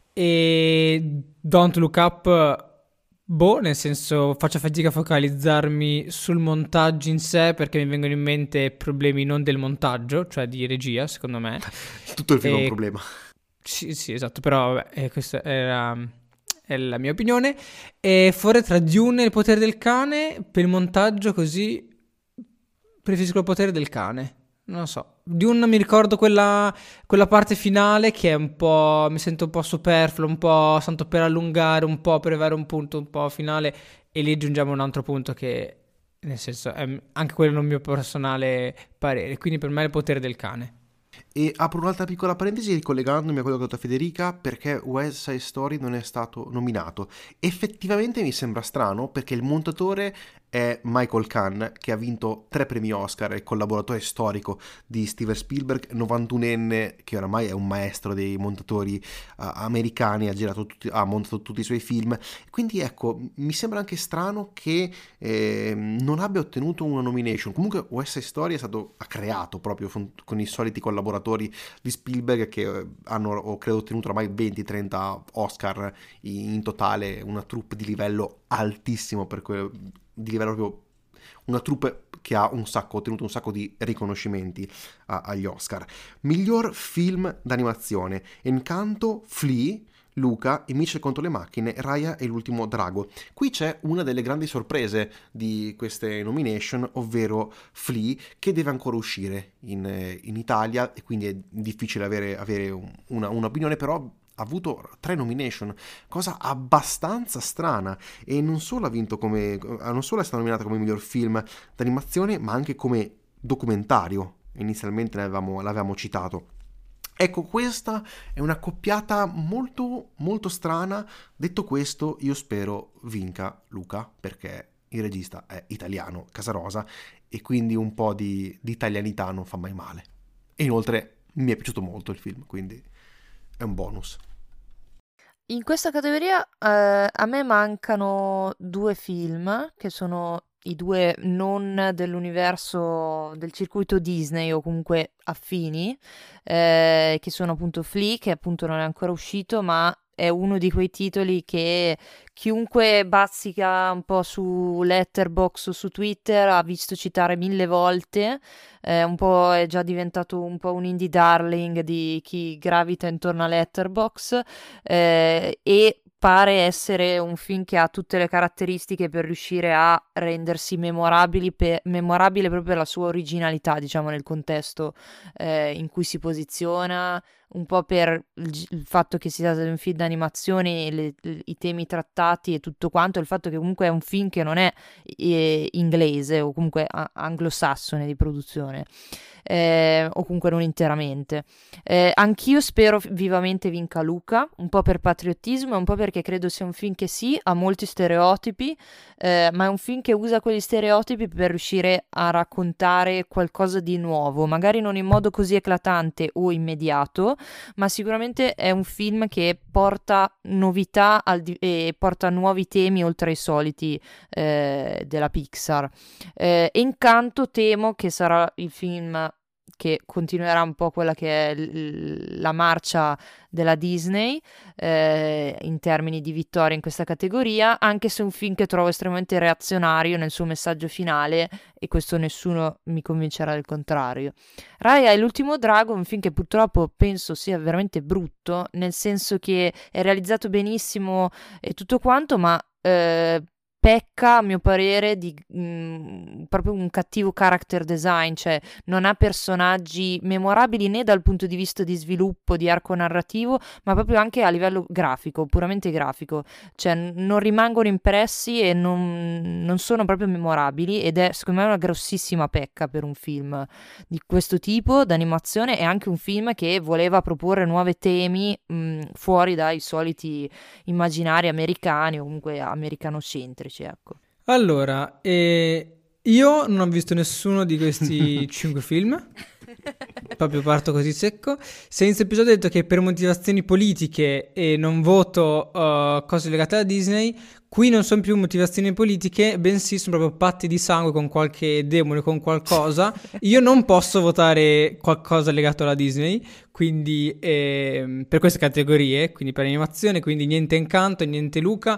E Don't Look Up, boh, nel senso faccio fatica a focalizzarmi sul montaggio in sé perché mi vengono in mente problemi non del montaggio, cioè di regia, secondo me. Tutto il film è un E problema. sì, sì, esatto, però vabbè, eh, questa era, è la mia opinione. E fuori tra Dune e il potere del cane, per il montaggio così preferisco il potere del cane. Non lo so. Dune mi ricordo quella, quella parte finale che è un po', mi sento un po' superfluo, un po' tanto per allungare, un po' per avere un punto un po' finale. E lì aggiungiamo un altro punto che, nel senso, è anche quello il mio personale parere. Quindi per me è il potere del cane. E apro un'altra piccola parentesi ricollegandomi a quello che ha detto Federica, perché West Side Story non è stato nominato. Effettivamente mi sembra strano perché il montatore è Michael Kahn, che ha vinto tre premi Oscar, è collaboratore storico di Steven Spielberg, novantunenne, che oramai è un maestro dei montatori uh, americani, ha, girato tutti, ha montato tutti i suoi film. Quindi ecco, mi sembra anche strano che eh, non abbia ottenuto una nomination. Comunque West Side Story è stato ha creato proprio con, con i soliti collaboratori di Spielberg che eh, hanno, ho credo, ottenuto ormai venti trenta Oscar in, in totale, una troupe di livello altissimo per que- di livello proprio una troupe che ha un sacco, ottenuto un sacco di riconoscimenti a, agli Oscar. Miglior film d'animazione: Encanto, Flea, Luca, I Mitchell contro le macchine, Raya e l'ultimo drago. Qui c'è una delle grandi sorprese di queste nomination, ovvero Flea, che deve ancora uscire in, in Italia e quindi è difficile avere, avere una, un'opinione, però ha avuto tre nomination, cosa abbastanza strana, e non solo ha vinto come, non solo è stata nominata come miglior film d'animazione, ma anche come documentario. Inizialmente l'avevamo, l'avevamo citato. Ecco, questa è una coppiata molto molto strana. Detto questo, io spero vinca Luca, perché il regista è italiano, Casarosa, e quindi un po' di, di italianità non fa mai male. E inoltre mi è piaciuto molto il film, quindi è un bonus. In questa categoria eh, a me mancano due film che sono i due non dell'universo del circuito Disney o comunque affini, eh, che sono appunto Flea, che appunto non è ancora uscito, ma è uno di quei titoli che chiunque bazzica un po' su Letterboxd o su Twitter ha visto citare mille volte, eh, un po' è già diventato un po' un indie darling di chi gravita intorno a Letterboxd, eh, e pare essere un film che ha tutte le caratteristiche per riuscire a rendersi memorabili per, memorabile proprio per la sua originalità, diciamo, nel contesto eh, in cui si posiziona, un po' per il, il fatto che si tratta di un film d'animazione, le, le, i temi trattati e tutto quanto, il fatto che comunque è un film che non è eh, inglese o comunque a- anglosassone di produzione. Eh, o comunque non interamente. Eh, anch'io spero vivamente vinca Luca, un po' per patriottismo e un po' perché credo sia un film che sì, ha molti stereotipi, eh, ma è un film che usa quegli stereotipi per riuscire a raccontare qualcosa di nuovo, magari non in modo così eclatante o immediato, ma sicuramente è un film che porta novità al di- e porta nuovi temi oltre ai soliti eh, della Pixar. Eh, Encanto temo che sarà il film che continuerà un po' quella che è l- la marcia della Disney eh, in termini di vittoria in questa categoria, anche se è un film che trovo estremamente reazionario nel suo messaggio finale, e questo nessuno mi convincerà del contrario. Raya e l'ultimo drago è un film che purtroppo penso sia veramente brutto, nel senso che è realizzato benissimo e tutto quanto, ma eh, pecca, a mio parere, di mh, proprio un cattivo character design, cioè non ha personaggi memorabili né dal punto di vista di sviluppo, di arco narrativo, ma proprio anche a livello grafico, puramente grafico. Cioè n- non rimangono impressi e non, non sono proprio memorabili, ed è secondo me una grossissima pecca per un film di questo tipo d'animazione, e anche un film che voleva proporre nuovi temi mh, fuori dai soliti immaginari americani o comunque americanocentrici, ecco. Allora, eh, io non ho visto nessuno di questi cinque film, proprio parto così secco. Se inizio episodio ho detto che per motivazioni politiche e non voto uh, cose legate alla Disney, qui non sono più motivazioni politiche, bensì sono proprio patti di sangue con qualche demone, con qualcosa. Io non posso votare qualcosa legato alla Disney, quindi ehm, per queste categorie, quindi per animazione, quindi niente Encanto, niente Luca,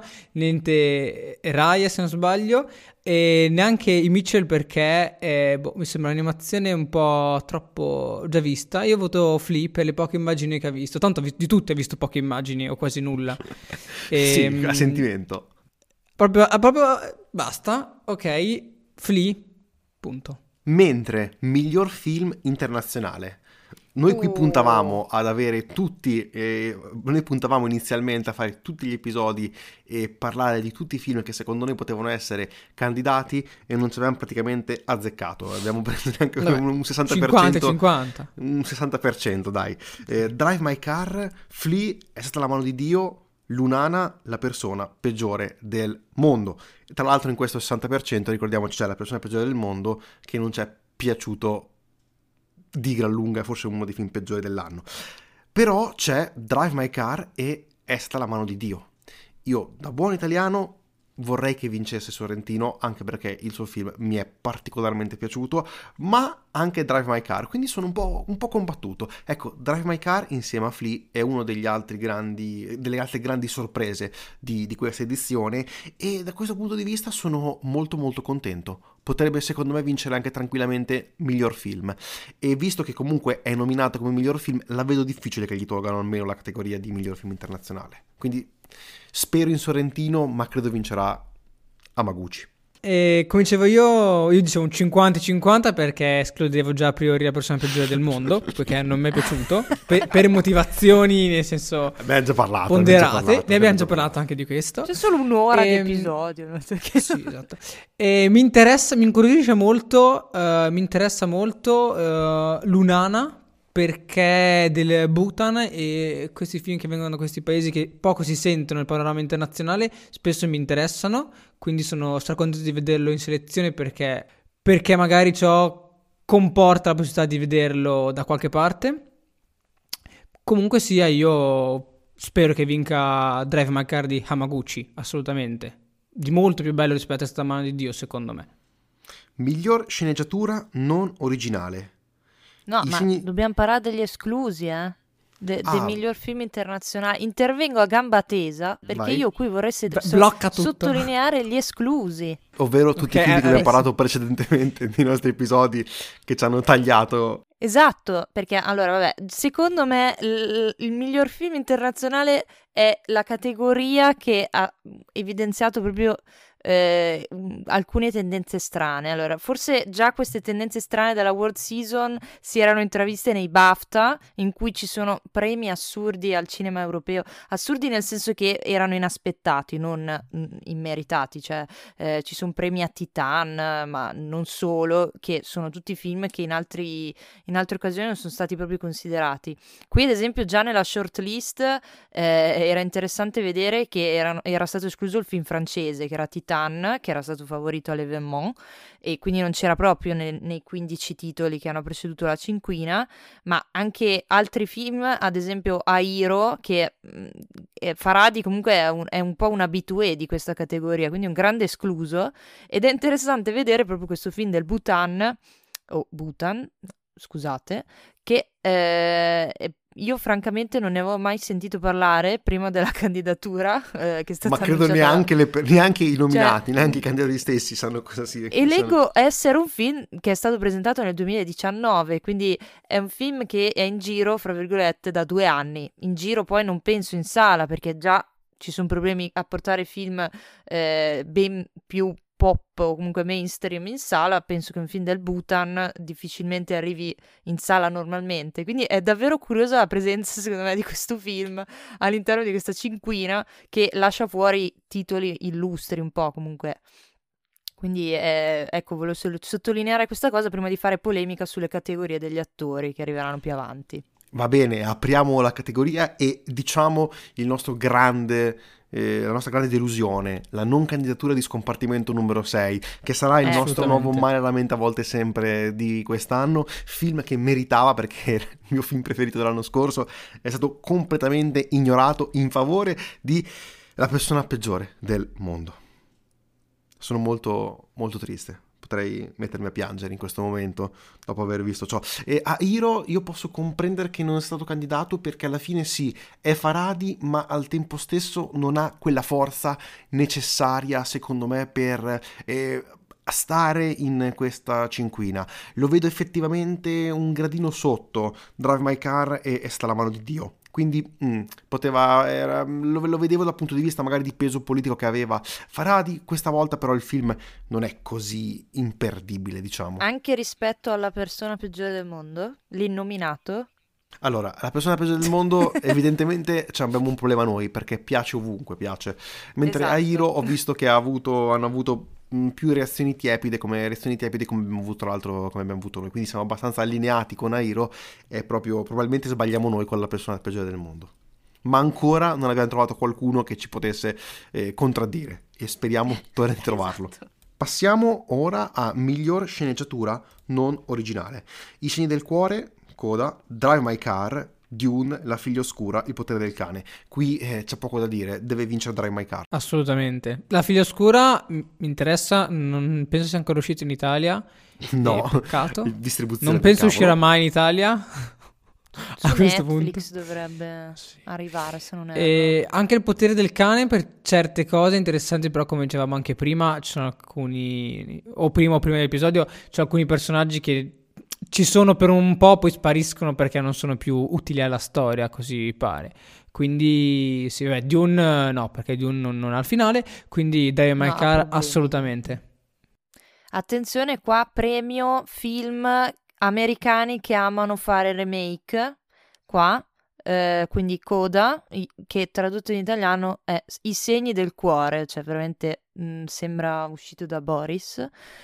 niente Raya se non sbaglio, e neanche i Mitchell perché eh, boh, mi sembra un'animazione un po' troppo già vista. Io voto Flea per le poche immagini che ha visto, tanto vi- di tutte ha visto poche immagini o quasi nulla. Sì, Ehm, a sentimento. Proprio, ah, proprio basta, ok, Flea, punto. Mentre miglior film internazionale. Noi qui Uh. puntavamo ad avere tutti, eh, noi puntavamo inizialmente a fare tutti gli episodi e parlare di tutti i film che secondo noi potevano essere candidati, e non ci abbiamo praticamente azzeccato. Abbiamo preso neanche Vabbè, un sessanta per cinquanta cento. cinquanta. Un sessanta per cento, dai. Eh, Drive My Car, Flea, È stata la mano di Dio, Lunana, la persona peggiore del mondo. Tra l'altro in questo sessanta per cento ricordiamoci c'è la persona peggiore del mondo che non ci è piaciuto di gran lunga, è forse uno dei film peggiori dell'anno. Però c'è Drive My Car e È stata la mano di Dio. Io da buon italiano vorrei che vincesse Sorrentino, anche perché il suo film mi è particolarmente piaciuto, ma anche Drive My Car, quindi sono un po', un po' combattuto. Ecco, Drive My Car insieme a Flea è uno degli altri grandi, delle altre grandi sorprese di, di questa edizione, e da questo punto di vista sono molto molto contento. Potrebbe secondo me vincere anche tranquillamente miglior film, e visto che comunque è nominato come miglior film, la vedo difficile che gli tolgano almeno la categoria di miglior film internazionale. Quindi spero in Sorrentino, ma credo vincerà Hamaguchi. E come dicevo io, io dicevo un cinquanta cinquanta perché escludevo già a priori la persona peggiore del mondo, perché non mi è piaciuto, per, per motivazioni nel senso Abbiamo già parlato, ponderate, abbiamo già parlato, ne abbiamo già parlato anche di questo. C'è solo un'ora Ehm, di episodio, non so che- Sì, esatto. E mi interessa, mi incuriosisce molto, eh, mi interessa molto eh, Lunana, perché del Bhutan, e questi film che vengono da questi paesi che poco si sentono nel panorama internazionale spesso mi interessano, quindi sono stracontento di vederlo in selezione perché, perché magari ciò comporta la possibilità di vederlo da qualche parte. Comunque sia, io spero che vinca Drive My Car di Hamaguchi, assolutamente, di molto più bello rispetto a Sta mano di Dio, secondo me. Miglior sceneggiatura non originale. No, I ma segni- dobbiamo parlare degli esclusi, eh? De- Ah. del miglior film internazionale. Intervengo a gamba tesa perché Vai. io qui vorrei se- Beh, so- blocca tutto. sottolineare gli esclusi. Ovvero tutti Ok, i film di cui eh, abbiamo sì. parlato precedentemente nei nostri episodi, che ci hanno tagliato. Esatto, perché allora, vabbè, secondo me il, il miglior film internazionale è la categoria che ha evidenziato proprio eh, um, alcune tendenze strane. Allora, forse già queste tendenze strane della World Season si erano intraviste nei BAFTA, in cui ci sono premi assurdi al cinema europeo, assurdi nel senso che erano inaspettati, non mm, immeritati, cioè eh, ci sono premi a Titan, ma non solo, che sono tutti film che in altri in altre occasioni non sono stati proprio considerati. Qui, ad esempio, già nella shortlist eh, era interessante vedere che erano- era stato escluso il film francese, che era Titan, che era stato favorito all'Événement, e quindi non c'era proprio nel- nei quindici titoli che hanno preceduto la cinquina, ma anche altri film, ad esempio Airo, che mh, eh, Farhadi comunque è un, è un po' un habitué di questa categoria, quindi un grande escluso, ed è interessante vedere proprio questo film del Bhutan, o Bhutan, scusate, che eh, io francamente non ne avevo mai sentito parlare prima della candidatura eh, che è stata Ma credo annunciata. neanche, le, neanche i nominati, Cioè, neanche i candidati stessi sanno cosa sia. e leggo essere un film che è stato presentato nel duemiladiciannove, quindi è un film che è in giro, fra virgolette, da due anni. In giro poi non penso in sala, perché già ci sono problemi a portare film eh, ben più pop o comunque mainstream in sala. Penso che un film del Bhutan difficilmente arrivi in sala normalmente. Quindi è davvero curiosa la presenza, secondo me, di questo film all'interno di questa cinquina, che lascia fuori titoli illustri un po' comunque. Quindi eh, ecco, volevo sol- sottolineare questa cosa prima di fare polemica sulle categorie degli attori che arriveranno più avanti. Va bene, apriamo la categoria e diciamo il nostro grande, eh, la nostra grande delusione, la non candidatura di Scompartimento numero sei, che sarà il Eh. nostro nuovo Assolutamente. Male Lamenta a volte sempre di quest'anno, film che meritava perché era il mio film preferito dell'anno scorso, è stato completamente ignorato in favore di La persona peggiore del mondo. Sono molto, molto triste. Potrei mettermi a piangere in questo momento dopo aver visto ciò. E a Hiro io posso comprendere che non è stato candidato perché alla fine sì, è Farhadi, ma al tempo stesso non ha quella forza necessaria, secondo me, per eh, stare in questa cinquina. Lo vedo effettivamente un gradino sotto Drive My Car e, e Sta la mano di Dio. Quindi mm, poteva, era, lo, lo vedevo dal punto di vista magari di peso politico che aveva Farhadi. Questa volta però il film non è così imperdibile, diciamo. Anche rispetto alla persona peggiore del mondo, l'innominato. Allora, La persona peggiore del mondo, evidentemente cioè, abbiamo un problema noi, perché piace ovunque, piace. Mentre a Esatto. Hiro ho visto che ha avuto, hanno avuto mh, più reazioni tiepide, come reazioni tiepide come abbiamo avuto l'altro, come abbiamo avuto noi. Quindi siamo abbastanza allineati con Hiro e proprio probabilmente sbagliamo noi con La persona peggiore del mondo. Ma ancora non abbiamo trovato qualcuno che ci potesse eh, contraddire e speriamo torni a trovarlo. Esatto. Passiamo ora a miglior sceneggiatura non originale. I segni del cuore, Coda, Drive My Car, Dune, La figlia oscura, Il potere del cane. Qui eh, c'è poco da dire, deve vincere Drive My Car. Assolutamente. La figlia oscura m- mi interessa, non penso sia ancora uscito in Italia. No, Eh, peccato. distribuzione Non del penso cavolo. uscirà mai in Italia. Su A questo Netflix punto. dovrebbe arrivare, se non erro. E anche il potere del cane per certe cose interessanti, però come dicevamo anche prima, ci sono alcuni, o prima o prima dell'episodio, c'è alcuni personaggi che ci sono per un po', poi spariscono perché non sono più utili alla storia, così pare. Quindi, sì, vabbè, Dune no, perché Dune non, non ha il finale, quindi Drive My No, ha Car problemi. assolutamente. Attenzione qua, premio film americani che amano fare remake, qua, eh, quindi Coda, i- che tradotto in italiano è I segni del cuore, cioè veramente mh, sembra uscito da Boris,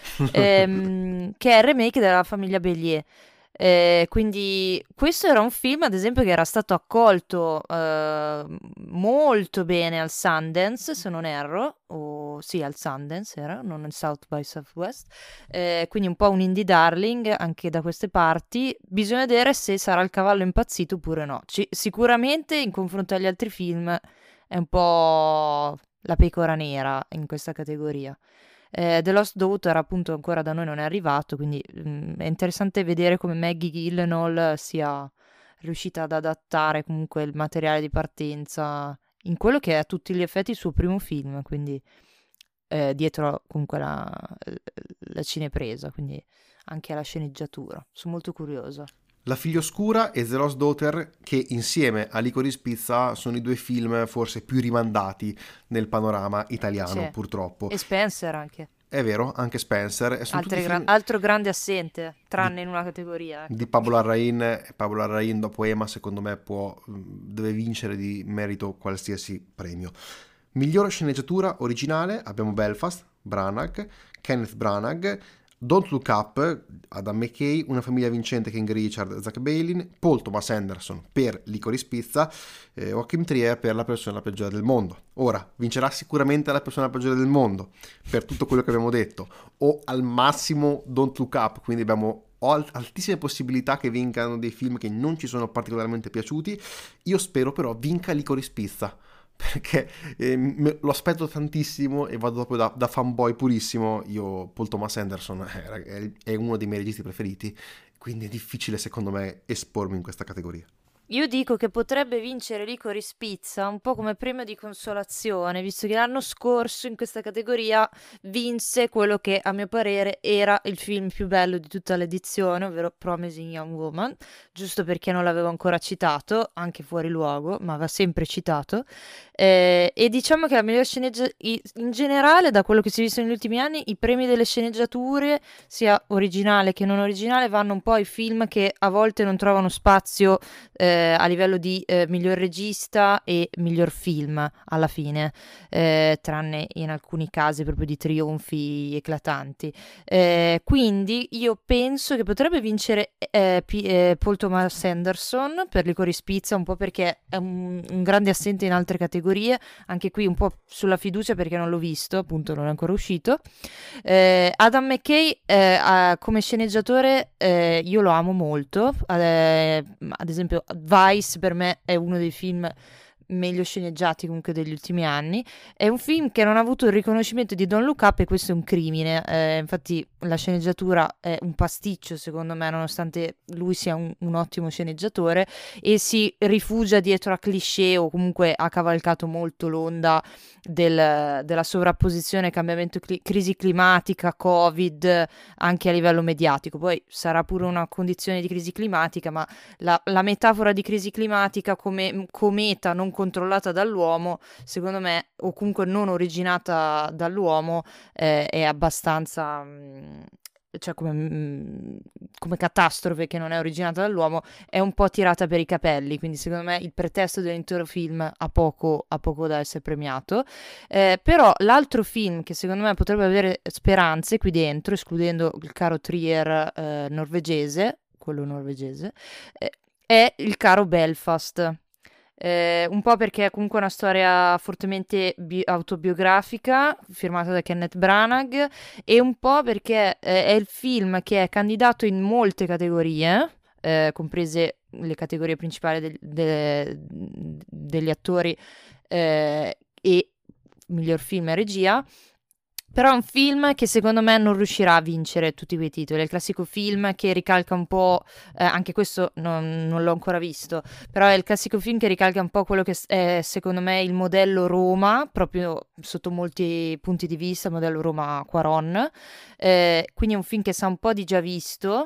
ehm, che è il remake della famiglia Bélier. Eh, quindi questo era un film, ad esempio, che era stato accolto eh, molto bene al Sundance, se non erro, o sì, al Sundance era, non al South by Southwest. Eh, quindi un po' un indie darling anche da queste parti. Bisogna vedere se sarà il cavallo impazzito oppure no. Ci- sicuramente in confronto agli altri film è un po' la pecora nera in questa categoria. Eh, The Lost Daughter appunto ancora da noi non è arrivato, quindi mm, è interessante vedere come Maggie Gyllenhaal sia riuscita ad adattare comunque il materiale di partenza in quello che è a tutti gli effetti il suo primo film, quindi eh, dietro comunque la, la cinepresa, quindi anche alla sceneggiatura. Sono molto curiosa. La figlia oscura e The Lost Daughter, che insieme a Licorice Pizza sono i due film forse più rimandati nel panorama italiano, Sì. purtroppo. E Spencer anche. È vero, anche Spencer. E sono Altre tutti gra- film altro grande assente, tranne di, in una categoria. Ecco. di Pablo Larraín. Pablo Larraín dopo Emma secondo me può, deve vincere di merito qualsiasi premio. Miglior sceneggiatura originale abbiamo Belfast, Branagh, Kenneth Branagh, Don't Look Up, Adam McKay, Una famiglia vincente, King Richard, Zach Bailin, Paul Thomas Anderson per Licorice Pizza, eh, Joachim Trier per La persona peggiore del mondo. Ora, vincerà sicuramente La persona peggiore del mondo per tutto quello che abbiamo detto, o al massimo Don't Look Up, quindi abbiamo altissime possibilità che vincano dei film che non ci sono particolarmente piaciuti. Io spero però vinca Licorice Pizza, perché eh, me, lo aspetto tantissimo e vado proprio da, da fanboy purissimo. Io Paul Thomas Anderson è, è uno dei miei registi preferiti, quindi è difficile secondo me espormi in questa categoria. Io dico che potrebbe vincere Licorice Pizza un po' come premio di consolazione, visto che l'anno scorso in questa categoria vinse quello che a mio parere era il film più bello di tutta l'edizione, ovvero Promising Young Woman, giusto perché non l'avevo ancora citato, anche fuori luogo, ma va sempre citato. Eh, e diciamo che la miglior sceneggiatura, in generale, da quello che si è visto negli ultimi anni, i premi delle sceneggiature, sia originale che non originale, vanno un po' ai film che a volte non trovano spazio eh, a livello di eh, miglior regista e miglior film alla fine, eh, tranne in alcuni casi proprio di trionfi eclatanti. Eh, quindi io penso che potrebbe vincere eh, P- eh, Paul Thomas Anderson per Licorice Pizza, un po' perché è un, un grande assente in altre categorie, anche qui un po' sulla fiducia perché non l'ho visto, appunto non è ancora uscito. Eh, Adam McKay eh, uh, come sceneggiatore eh, io lo amo molto, eh, ad esempio Vice per me è uno dei film meglio sceneggiati comunque degli ultimi anni. È un film che non ha avuto il riconoscimento di Don't Look Up e questo è un crimine. Eh, infatti la sceneggiatura è un pasticcio secondo me, nonostante lui sia un, un ottimo sceneggiatore, e si rifugia dietro a cliché o comunque ha cavalcato molto l'onda del, della sovrapposizione, cambiamento, cli- crisi climatica, Covid, anche a livello mediatico. Poi sarà pure una condizione di crisi climatica, ma la, la metafora di crisi climatica come cometa non controllata dall'uomo, secondo me, o comunque non originata dall'uomo, eh, è abbastanza... Mh, cioè come, mh, come catastrofe che non è originata dall'uomo, è un po' tirata per i capelli, quindi secondo me il pretesto dell'intero film ha poco, ha poco da essere premiato. Eh, però l'altro film che secondo me potrebbe avere speranze qui dentro, escludendo il caro Trier eh, norvegese, quello norvegese, eh, è il caro Belfast. Eh, un po' perché è comunque una storia fortemente bi- autobiografica, firmata da Kenneth Branagh, e un po' perché eh, è il film che è candidato in molte categorie, eh, comprese le categorie principali del- de- degli attori eh, e miglior film e regia. Però è un film che secondo me non riuscirà a vincere tutti quei titoli. È il classico film che ricalca un po', eh, anche questo non, non l'ho ancora visto, però è il classico film che ricalca un po' quello che è secondo me il modello Roma, proprio sotto molti punti di vista, il modello Roma Cuarón. Eh, quindi è un film che sa un po' di già visto.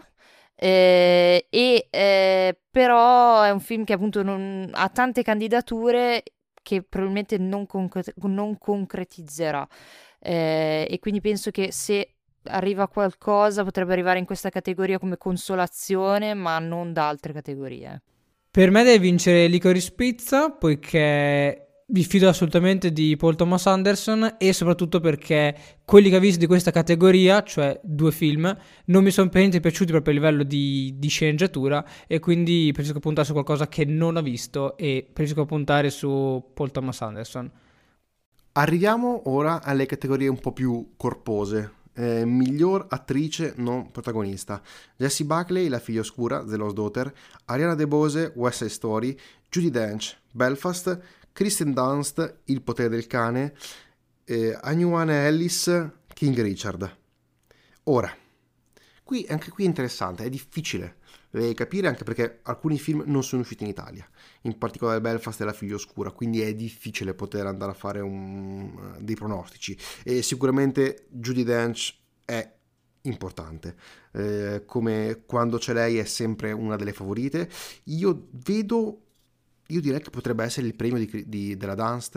Eh, e eh, però è un film che appunto non, ha tante candidature che probabilmente non, concre- non concretizzerà. Eh, e quindi penso che se arriva qualcosa potrebbe arrivare in questa categoria come consolazione, ma non da altre categorie. Per me deve vincere Licorice Pizza, poiché vi fido assolutamente di Paul Thomas Anderson e soprattutto perché quelli che ho visto di questa categoria, cioè due film, non mi sono per niente piaciuti proprio a livello di, di sceneggiatura, e quindi preferisco puntare su qualcosa che non ho visto e preferisco puntare su Paul Thomas Anderson. Arriviamo ora alle categorie un po' più corpose. Eh, miglior attrice non protagonista: Jessie Buckley, La figlia oscura, The Lost Daughter; Ariana DeBose, West Side Story; Judi Dench, Belfast; Kristen Dunst, Il potere del cane; eh, Anuane Ellis, King Richard. Ora, qui anche qui è interessante, è difficile devi capire, anche perché alcuni film non sono usciti in Italia, in particolare Belfast e La figlia oscura, quindi è difficile poter andare a fare un, dei pronostici. E sicuramente Judi Dench è importante. Eh, come quando c'è lei è sempre una delle favorite. Io vedo, io direi che potrebbe essere il premio di, di, della Dunst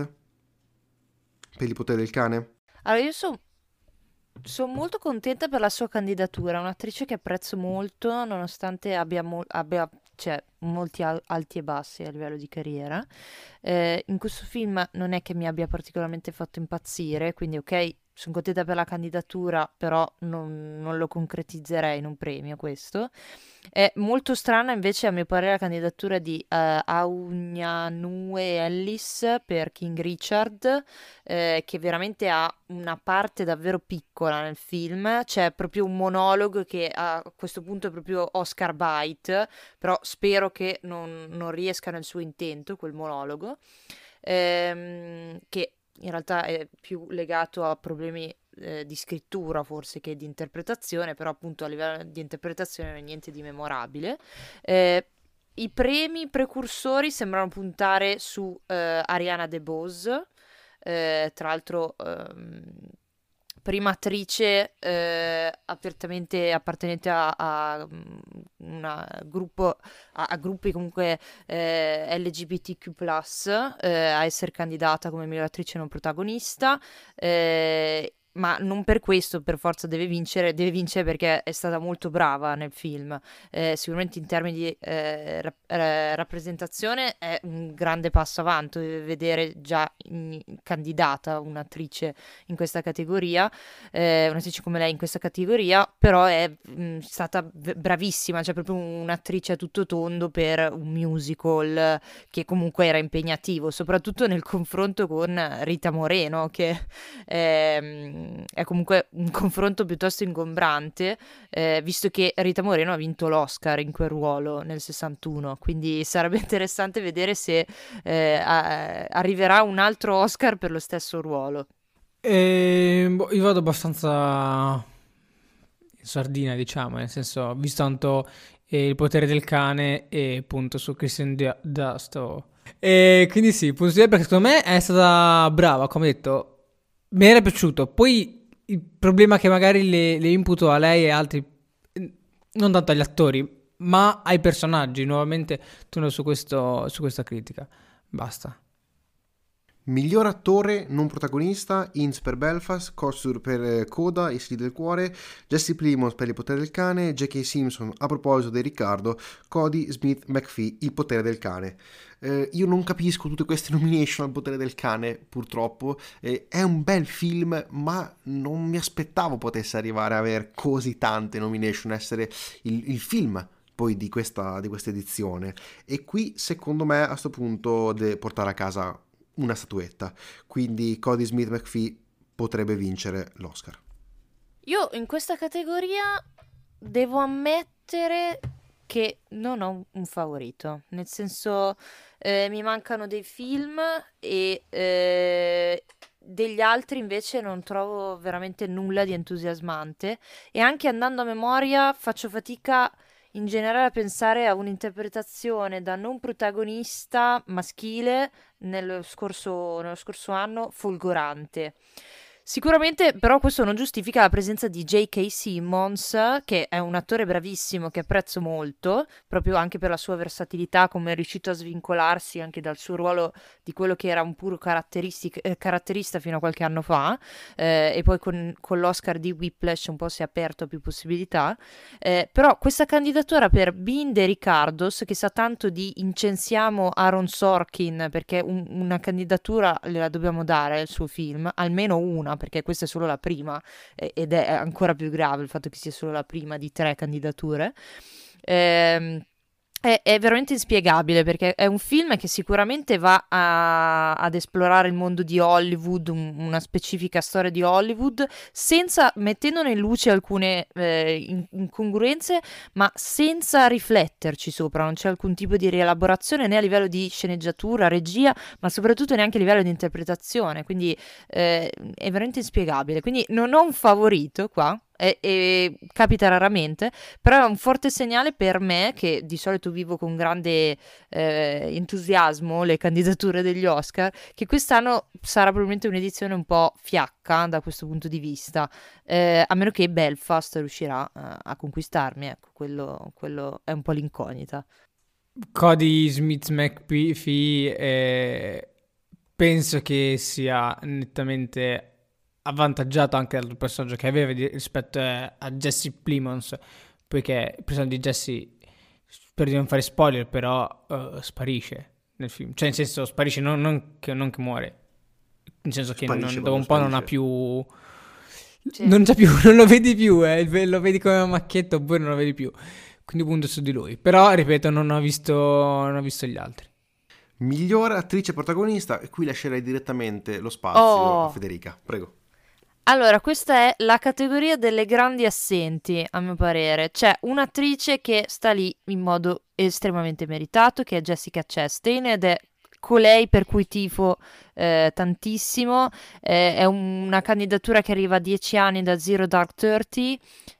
per Il potere del cane. Allora, io sono sono molto contenta per la sua candidatura, è un'attrice che apprezzo molto, nonostante abbia, mo- abbia, cioè, molti al- alti e bassi a livello di carriera. Eh, in questo film non è che mi abbia particolarmente fatto impazzire, quindi ok, sono contenta per la candidatura, però non, non lo concretizzerei in un premio questo. È molto strana invece a mio parere la candidatura di eh, Aunyanue Ellis per King Richard, eh, che veramente ha una parte davvero piccola nel film. C'è proprio un monologo che a questo punto è proprio Oscar bite, però spero che non, non riesca nel suo intento quel monologo, ehm, che in realtà è più legato a problemi eh, di scrittura forse che di interpretazione, però appunto a livello di interpretazione non è niente di memorabile. Eh, I premi precursori sembrano puntare su eh, Ariana DeBose, eh, tra l'altro ehm, prima attrice eh, apertamente appartenente a, a mm, una gruppo, a, a gruppi comunque eh, L G B T Q plus, eh, a essere candidata come miglior attrice non protagonista, eh, ma non per questo per forza deve vincere, deve vincere perché è stata molto brava nel film. Eh, sicuramente in termini di eh, rap- eh, rappresentazione è un grande passo avanti vedere già in- candidata un'attrice in questa categoria, eh, un'attrice come lei in questa categoria, però è mh, stata v- bravissima, cioè proprio un'attrice a tutto tondo per un musical che comunque era impegnativo, soprattutto nel confronto con Rita Moreno, che ehm, è comunque un confronto piuttosto ingombrante, eh, visto che Rita Moreno ha vinto l'Oscar in quel ruolo nel sessantuno, quindi sarebbe interessante vedere se eh, a- arriverà un altro Oscar per lo stesso ruolo. E, boh, io vado abbastanza in sardina, diciamo, nel senso, ho visto tanto eh, Il potere del cane e appunto su Kristen Dia- Dust. oh. E quindi sì, punto di vista, perché secondo me è stata brava, come detto, mi era piaciuto. Poi il problema che magari le, le imputo a lei e altri, eh, non tanto agli attori, ma ai personaggi. Nuovamente torno su questo, su questa critica. Basta. Miglior attore non protagonista: Ince per Belfast, Kostur per eh, Coda, I Sigilli del cuore, Jesse Plimons per Il potere del cane, J K. Simpson a proposito di Riccardo, Cody Smith McPhee, Il potere del cane. Eh, io non capisco tutte queste nomination al potere del cane, purtroppo. Eh, è un bel film, ma non mi aspettavo potesse arrivare a avere così tante nomination, essere il, il film poi di questa, di questa edizione. E qui secondo me a sto punto deve portare a casa una statuetta, quindi Cody Smith McPhee potrebbe vincere l'Oscar. Io in questa categoria devo ammettere che non ho un favorito, nel senso eh, mi mancano dei film e eh, degli altri invece non trovo veramente nulla di entusiasmante, e anche andando a memoria faccio fatica in generale a pensare a un'interpretazione da non protagonista maschile nello scorso, nello scorso anno folgorante. Sicuramente, però, questo non giustifica la presenza di J K. Simmons, che è un attore bravissimo che apprezzo molto, proprio anche per la sua versatilità, come è riuscito a svincolarsi anche dal suo ruolo di quello che era un puro caratteristic- eh, caratterista fino a qualche anno fa, eh, e poi con, con l'Oscar di Whiplash un po' si è aperto a più possibilità. Eh, però questa candidatura per Bean de Ricardos, che sa tanto di incensiamo Aaron Sorkin, perché un- una candidatura gliela dobbiamo dare al suo film, almeno una, perché questa è solo la prima, eh, ed è ancora più grave il fatto che sia solo la prima di tre candidature. Ehm, è, è veramente inspiegabile, perché è un film che sicuramente va a- ad esplorare il mondo di Hollywood, un- una specifica storia di Hollywood, senza mettendone in luce alcune eh, in- incongruenze, ma senza rifletterci sopra. Non c'è alcun tipo di rielaborazione né a livello di sceneggiatura, regia, ma soprattutto neanche a livello di interpretazione. Quindi eh, è veramente inspiegabile. Quindi non ho un favorito qua. e, e capita raramente, però è un forte segnale per me, che di solito vivo con grande eh, entusiasmo le candidature degli Oscar, che quest'anno sarà probabilmente un'edizione un po' fiacca da questo punto di vista, eh, a meno che Belfast riuscirà a, a conquistarmi, ecco, quello, quello è un po' l'incognita. Cody Smith-McPhee eh, penso che sia nettamente avvantaggiato anche dal personaggio che aveva di- rispetto a, a Jesse Plemons, poiché il personaggio di Jesse, per di non fare spoiler, però uh, sparisce nel film, cioè nel senso sparisce, non, non che, non che muore, nel senso che Sparisce non, proprio, dopo un po' non ha sparisce. più Sì. non c'è più, non lo vedi più, eh, lo vedi come una macchietta oppure non lo vedi più, quindi punto su di lui. Però ripeto, non ho visto, non ho visto gli altri. Miglior attrice protagonista, e qui lascerei direttamente lo spazio Oh. a Federica, prego. Allora, questa è la categoria delle grandi assenti, a mio parere. C'è un'attrice che sta lì in modo estremamente meritato, che è Jessica Chastain, ed è colei per cui tifo eh, tantissimo. Eh, è un- una candidatura che arriva a dieci anni da Zero Dark Thirty,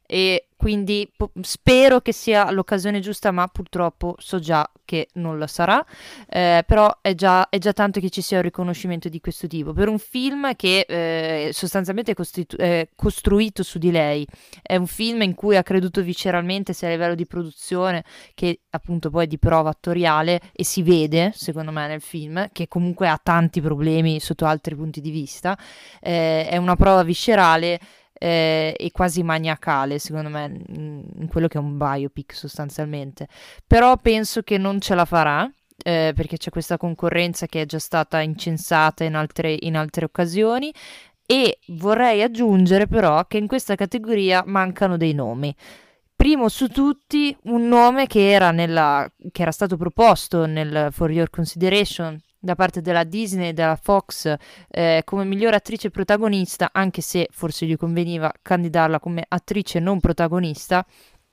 e quindi po- spero che sia l'occasione giusta, ma purtroppo so già che non lo sarà. Eh, però è già, è già tanto che ci sia un riconoscimento di questo tipo per un film che eh, sostanzialmente è costitu- è costruito su di lei. È un film in cui ha creduto visceralmente, sia a livello di produzione che appunto poi di prova attoriale, e si vede secondo me nel film che comunque ha tanti problemi sotto altri punti di vista. Eh, è una prova viscerale eh, e quasi maniacale, secondo me, in in quello che è un biopic sostanzialmente. Però penso che non ce la farà, eh, perché c'è questa concorrenza che è già stata incensata in altre, in altre occasioni. E vorrei aggiungere però che in questa categoria mancano dei nomi. Primo su tutti un nome che era, nella, che era stato proposto nel For Your Consideration da parte della Disney e della Fox eh, come migliore attrice protagonista, anche se forse gli conveniva candidarla come attrice non protagonista.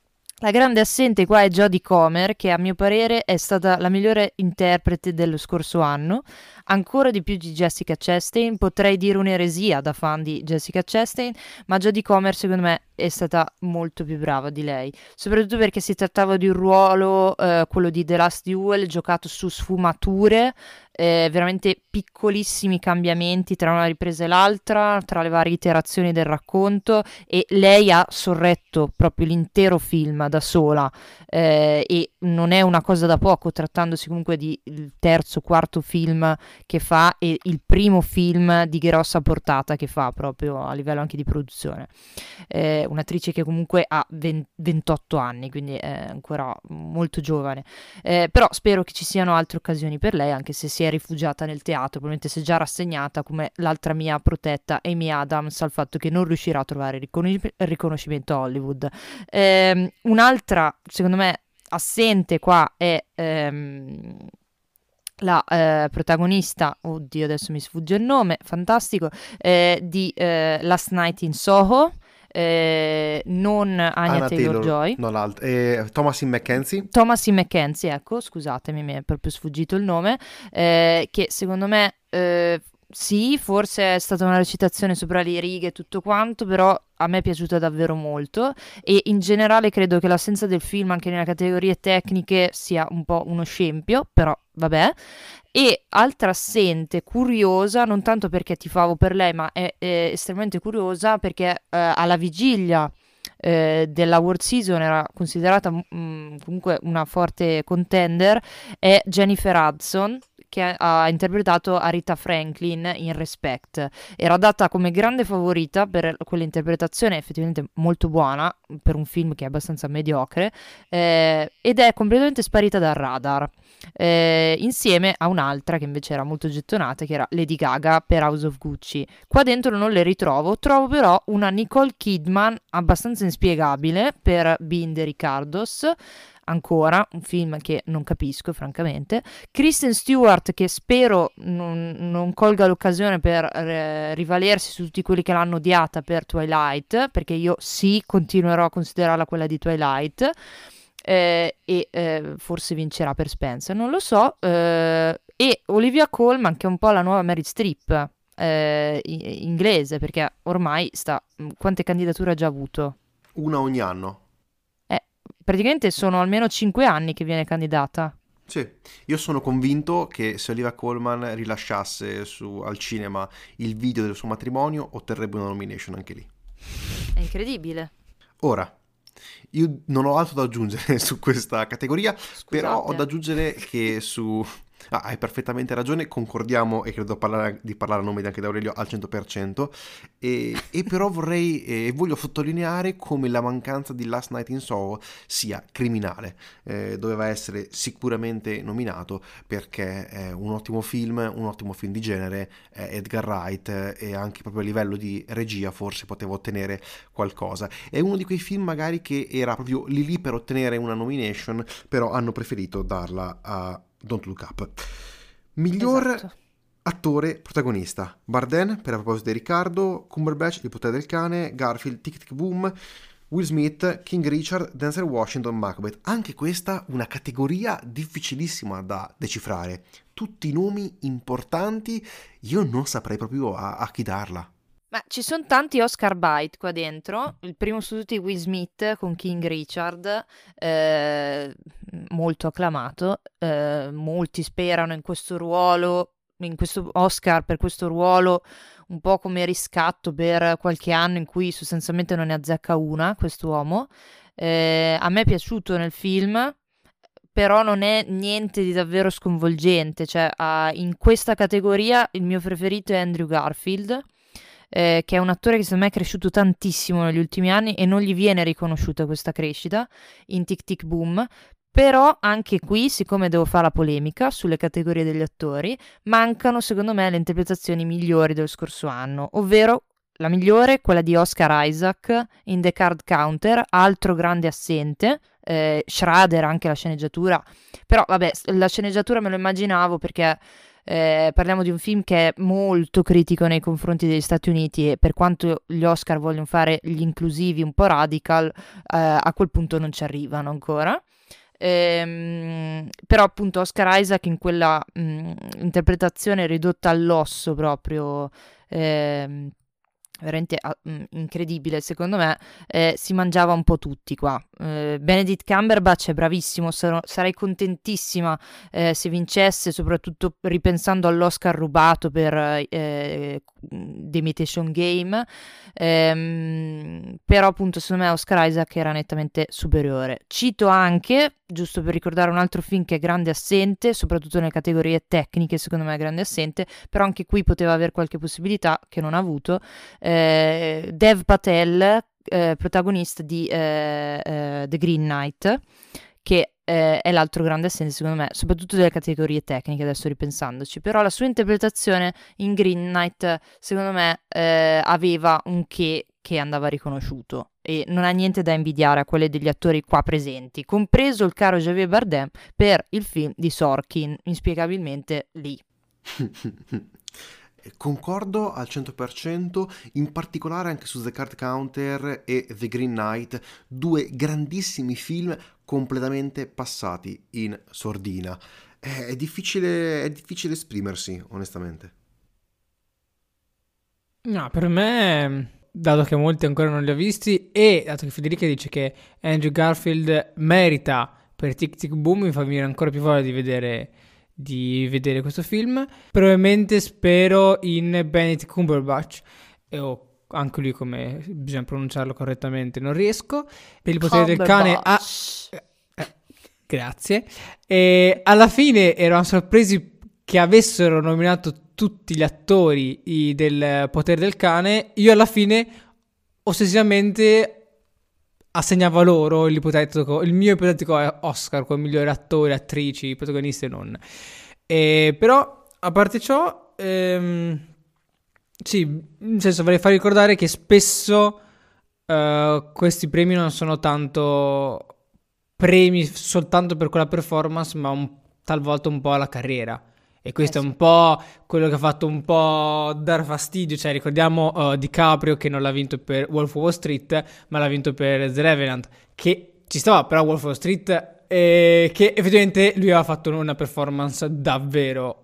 La grande assente qua è Jodie Comer, che a mio parere è stata la migliore interprete dello scorso anno, ancora di più di Jessica Chastain. Potrei dire un'eresia da fan di Jessica Chastain, ma Jodie Comer secondo me è stata molto più brava di lei, soprattutto perché si trattava di un ruolo, eh, quello di The Last Duel, giocato su sfumature, eh, veramente piccolissimi cambiamenti tra una ripresa e l'altra, tra le varie iterazioni del racconto, e lei ha sorretto proprio l'intero film da sola, eh, e non è una cosa da poco, trattandosi comunque di il terzo, quarto film che fa, e il primo film di grossa portata che fa proprio a livello anche di produzione. Eh, un'attrice che comunque ha venti, ventotto anni, quindi è ancora molto giovane. Eh, però spero che ci siano altre occasioni per lei, anche se si è rifugiata nel teatro, probabilmente si è già rassegnata come l'altra mia protetta Amy Adams al fatto che non riuscirà a trovare riconos- riconoscimento a Hollywood. Eh, un'altra, secondo me, assente qua è ehm, la eh, protagonista, oddio adesso mi sfugge il nome, fantastico, eh, di eh, Last Night in Soho, eh, non Anya Anna Taylor-Joy. non l'altra, eh, Thomasin McKenzie. Thomasin McKenzie, ecco, scusatemi, mi è proprio sfuggito il nome, eh, che secondo me eh, sì, forse è stata una recitazione sopra le righe e tutto quanto, però a me è piaciuta davvero molto, e in generale credo che l'assenza del film anche nelle categorie tecniche sia un po' uno scempio, però vabbè. E altra assente curiosa, non tanto perché tifavo per lei, ma è, è estremamente curiosa perché eh, alla vigilia eh, della World Season era considerata mh, comunque una forte contender, è Jennifer Hudson, che ha interpretato Aretha Franklin in Respect. Era data come grande favorita per quell'interpretazione effettivamente molto buona per un film che è abbastanza mediocre, eh, ed è completamente sparita dal radar, eh, insieme a un'altra che invece era molto gettonata, che era Lady Gaga per House of Gucci. Qua dentro non le ritrovo, trovo però una Nicole Kidman abbastanza inspiegabile per Being the Ricardos, ancora un film che non capisco francamente. Kristen Stewart, che spero non, non colga l'occasione per eh, rivalersi su tutti quelli che l'hanno odiata per Twilight, perché io sì, continuerò a considerarla quella di Twilight, eh, e eh, forse vincerà per Spencer, non lo so. Eh, e Olivia Colman, che è un po' la nuova Meryl Streep, eh, i- inglese, perché ormai sta... Quante candidature ha già avuto? Una ogni anno. Eh, praticamente sono almeno cinque anni che viene candidata. Sì, io sono convinto che se Olivia Colman rilasciasse su, al cinema il video del suo matrimonio otterrebbe una nomination anche lì. È incredibile. Ora, io non ho altro da aggiungere su questa categoria, però ho Scusate. da aggiungere che su... Ah, hai perfettamente ragione, concordiamo e credo parlare, di parlare a nome di anche di Aurelio al cento per cento, e, e però vorrei e voglio sottolineare come la mancanza di Last Night in Soho sia criminale. Eh, doveva essere sicuramente nominato perché è un ottimo film, un ottimo film di genere, è Edgar Wright, eh, e anche proprio a livello di regia forse poteva ottenere qualcosa. È uno di quei film magari che era proprio lì lì per ottenere una nomination, però hanno preferito darla a Don't Look Up. Miglior Esatto. attore protagonista: Bardem per A proposito di Riccardo, Cumberbatch Il potere del cane, Garfield Tic Tic Boom, Will Smith, King Richard, Denzel Washington, Macbeth. Anche questa una categoria difficilissima da decifrare, tutti nomi importanti, io non saprei proprio a, a chi darla. Ma ci sono tanti Oscar bite qua dentro. Il primo su tutti Will Smith con King Richard, eh, molto acclamato. Eh, molti sperano in questo ruolo, in questo Oscar per questo ruolo, un po' come riscatto per qualche anno in cui sostanzialmente non ne azzecca una, quest'uomo. Eh, a me è piaciuto nel film, però non è niente di davvero sconvolgente. Cioè, ah, in questa categoria il mio preferito è Andrew Garfield, eh, che è un attore che secondo me è cresciuto tantissimo negli ultimi anni e non gli viene riconosciuta questa crescita in Tic Tic Boom. Però anche qui, siccome devo fare la polemica sulle categorie degli attori, mancano secondo me le interpretazioni migliori dello scorso anno, ovvero la migliore, quella di Oscar Isaac in The Card Counter, altro grande assente. eh, Schrader, anche la sceneggiatura, però vabbè, la sceneggiatura me lo immaginavo perché eh, parliamo di un film che è molto critico nei confronti degli Stati Uniti, e per quanto gli Oscar vogliono fare gli inclusivi un po' radical, eh, a quel punto non ci arrivano ancora. Ehm, però appunto Oscar Isaac in quella mh, interpretazione ridotta all'osso proprio, ehm, veramente ah, mh, incredibile secondo me, eh, si mangiava un po' tutti qua. eh, Benedict Cumberbatch è bravissimo, sarò- sarei contentissima eh, se vincesse, soprattutto ripensando all'Oscar rubato per eh, The Imitation Game. Ehm, però appunto secondo me Oscar Isaac era nettamente superiore. Cito anche, giusto per ricordare, un altro film che è grande assente, soprattutto nelle categorie tecniche, secondo me è grande assente, però anche qui poteva avere qualche possibilità che non ha avuto. eh, Dev Patel, eh, protagonista di eh, eh, The Green Knight, che eh, è l'altro grande assente secondo me, soprattutto delle categorie tecniche, adesso ripensandoci. Però la sua interpretazione in Green Knight secondo me eh, aveva un che che andava riconosciuto e non ha niente da invidiare a quelle degli attori qua presenti, compreso il caro Javier Bardem per il film di Sorkin, inspiegabilmente lì. Concordo al cento per cento, in particolare anche su The Card Counter e The Green Knight, due grandissimi film completamente passati in sordina. È, è difficile, è difficile esprimersi, onestamente. No, per me, dato che molti ancora non li ho visti e dato che Federica dice che Andrew Garfield merita per Tic Tic Boom, mi fa venire ancora più voglia di vedere, di vedere questo film. Probabilmente spero in Benedict Cumberbatch, e ho anche lui, come bisogna pronunciarlo correttamente, non riesco. Per il potere del cane ah, eh, grazie. E alla fine eravamo sorpresi che avessero nominato tutti gli attori i- del potere del cane. Io alla fine ossessivamente assegnavo loro il, ipotetico, il mio ipotetico Oscar come migliore attore, attrici, protagonisti e non. E però, a parte ciò, ehm, sì, nel senso, vorrei far ricordare che spesso eh, questi premi non sono tanto premi soltanto per quella performance, ma un- talvolta un po' alla carriera. E questo Eh è sì. un po' quello che ha fatto un po' dar fastidio. Cioè, ricordiamo uh, DiCaprio che non l'ha vinto per Wolf of Wall Street, ma l'ha vinto per The Revenant, che ci stava, però Wolf of Wall Street, eh, che effettivamente lui aveva fatto una performance davvero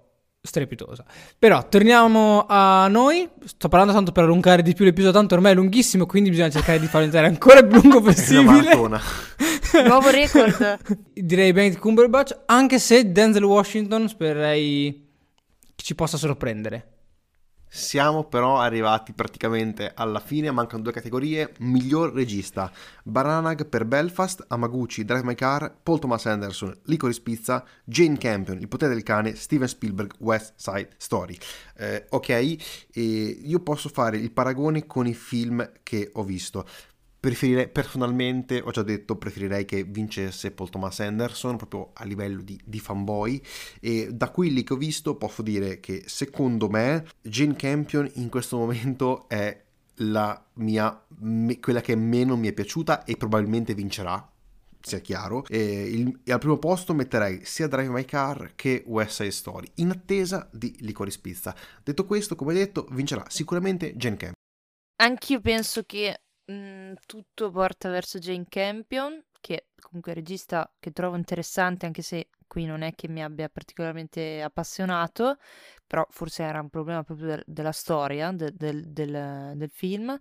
strepitosa. Però torniamo a noi. Sto parlando tanto per allungare di più l'episodio, tanto ormai è lunghissimo, quindi bisogna cercare di farlo entrare ancora più lungo possibile. Nuovo record. Direi Benedict Cumberbatch, anche se Denzel Washington spererei che ci possa sorprendere. Siamo però arrivati praticamente alla fine, mancano due categorie. Miglior regista: Branagh per Belfast, Hamaguchi, Drive My Car, Paul Thomas Anderson, Licorice Pizza, Jane Campion, Il potere del cane, Steven Spielberg, West Side Story. Eh, ok, e io posso fare il paragone con i film che ho visto. Preferirei, personalmente, ho già detto, preferirei che vincesse Paul Thomas Anderson, proprio a livello di, di fanboy, e da quelli che ho visto posso dire che secondo me Jane Campion in questo momento è la mia, me, quella che meno mi è piaciuta e probabilmente vincerà, sia chiaro. E, il, e al primo posto metterei sia Drive My Car che West Side Story, in attesa di Licorice Pizza. Detto questo, come detto, vincerà sicuramente Jane Campion. Anch'io penso che Mm, tutto porta verso Jane Campion, che comunque è un regista che trovo interessante, anche se qui non è che mi abbia particolarmente appassionato, però forse era un problema proprio del- della storia de- del, del- del film.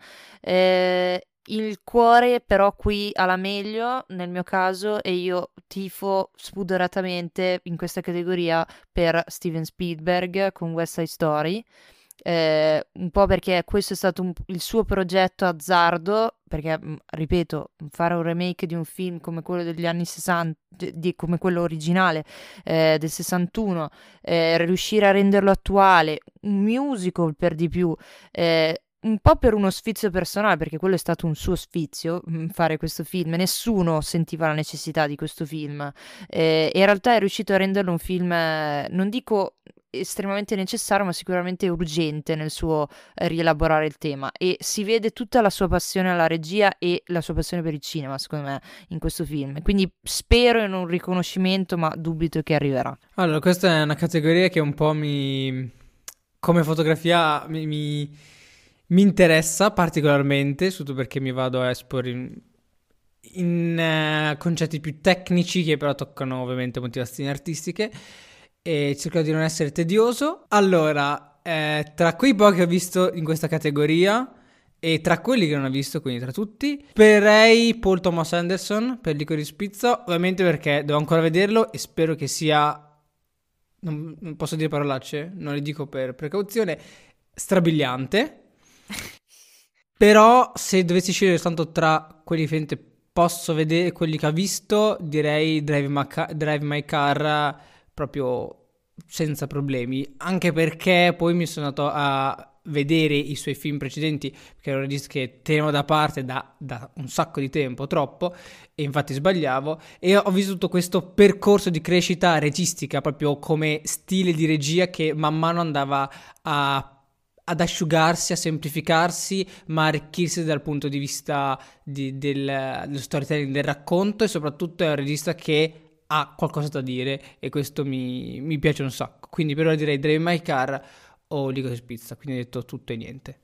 Eh, il cuore però qui ha la meglio nel mio caso, e io tifo spudoratamente in questa categoria per Steven Spielberg con West Side Story. Eh, un po' perché questo è stato un- il suo progetto azzardo, perché mh, ripeto, fare un remake di un film come quello degli anni sessanta, di- di- come quello originale eh, del sessantuno, eh, riuscire a renderlo attuale, un musical per di più, eh, un po' per uno sfizio personale, perché quello è stato un suo sfizio, mh, fare questo film. Nessuno sentiva la necessità di questo film, eh, e in realtà è riuscito a renderlo un film, eh, non dico estremamente necessario, ma sicuramente urgente nel suo eh, rielaborare il tema, e si vede tutta la sua passione alla regia e la sua passione per il cinema, secondo me, in questo film. Quindi spero in un riconoscimento, ma dubito che arriverà. Allora, questa è una categoria che un po' mi... come fotografia mi, mi, mi interessa particolarmente, soprattutto perché mi vado a esporre in, in eh, concetti più tecnici che però toccano ovviamente motivazioni artistiche, e cercherò di non essere tedioso. Allora, eh, tra quei pochi che ho visto in questa categoria e tra quelli che non ho visto, quindi tra tutti, spererei Paul Thomas Anderson per Licorice Pizza, ovviamente perché devo ancora vederlo e spero che sia, non, non posso dire parolacce, non le dico per precauzione, strabiliante. Però se dovessi scegliere soltanto tra quelli che posso vedere, quelli che ha visto, direi Drive My Car, Drive My Car proprio senza problemi, anche perché poi mi sono andato a vedere i suoi film precedenti, perché è un regista che tenevo da parte da, da un sacco di tempo, troppo, e infatti sbagliavo, e ho visto tutto questo percorso di crescita registica, proprio come stile di regia che man mano andava a ad asciugarsi, a semplificarsi, ma arricchirsi dal punto di vista di, del, dello storytelling, del racconto, e soprattutto è un regista che ha qualcosa da dire, e questo mi, mi piace un sacco. Quindi per ora direi Drive My Car o Licorice Pizza, quindi ho detto tutto e niente.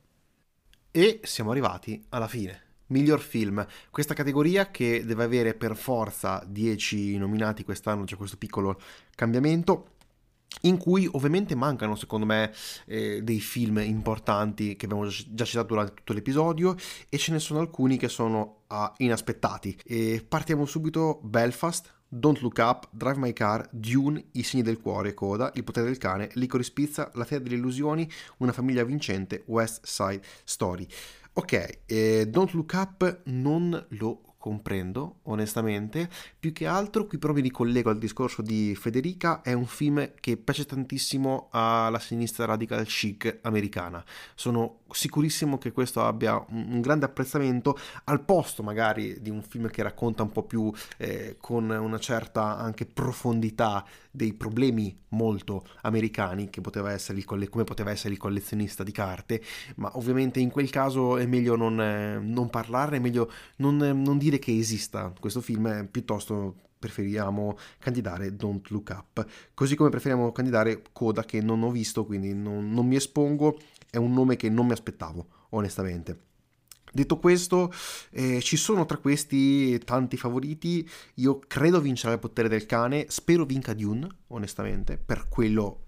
E siamo arrivati alla fine. Miglior film, questa categoria che deve avere per forza dieci nominati quest'anno, c'è questo piccolo cambiamento, in cui ovviamente mancano secondo me eh, dei film importanti che abbiamo già citato durante tutto l'episodio, e ce ne sono alcuni che sono uh, inaspettati. E partiamo subito: Belfast, Don't Look Up, Drive My Car, Dune, I segni del cuore, Coda, Il potere del cane, Licorice Pizza, La terra delle illusioni, Una famiglia vincente, West Side Story. Ok, eh, Don't Look Up non lo comprendo onestamente, più che altro qui però mi ricollego al discorso di Federica, è un film che piace tantissimo alla sinistra radical chic americana, sono sicurissimo che questo abbia un, un grande apprezzamento, al posto magari di un film che racconta un po' più eh, con una certa anche profondità dei problemi molto americani, che poteva essere il coll- come poteva essere il collezionista di carte, ma ovviamente in quel caso è meglio non, eh, non parlarne, è meglio non, eh, non dire che esista questo film, eh, piuttosto preferiamo candidare Don't Look Up, così come preferiamo candidare Coda, che non ho visto, quindi non, non mi espongo, è un nome che non mi aspettavo onestamente. Detto questo, eh, ci sono tra questi tanti favoriti, io credo vincerà Il potere del cane, spero vinca Dune onestamente, per quello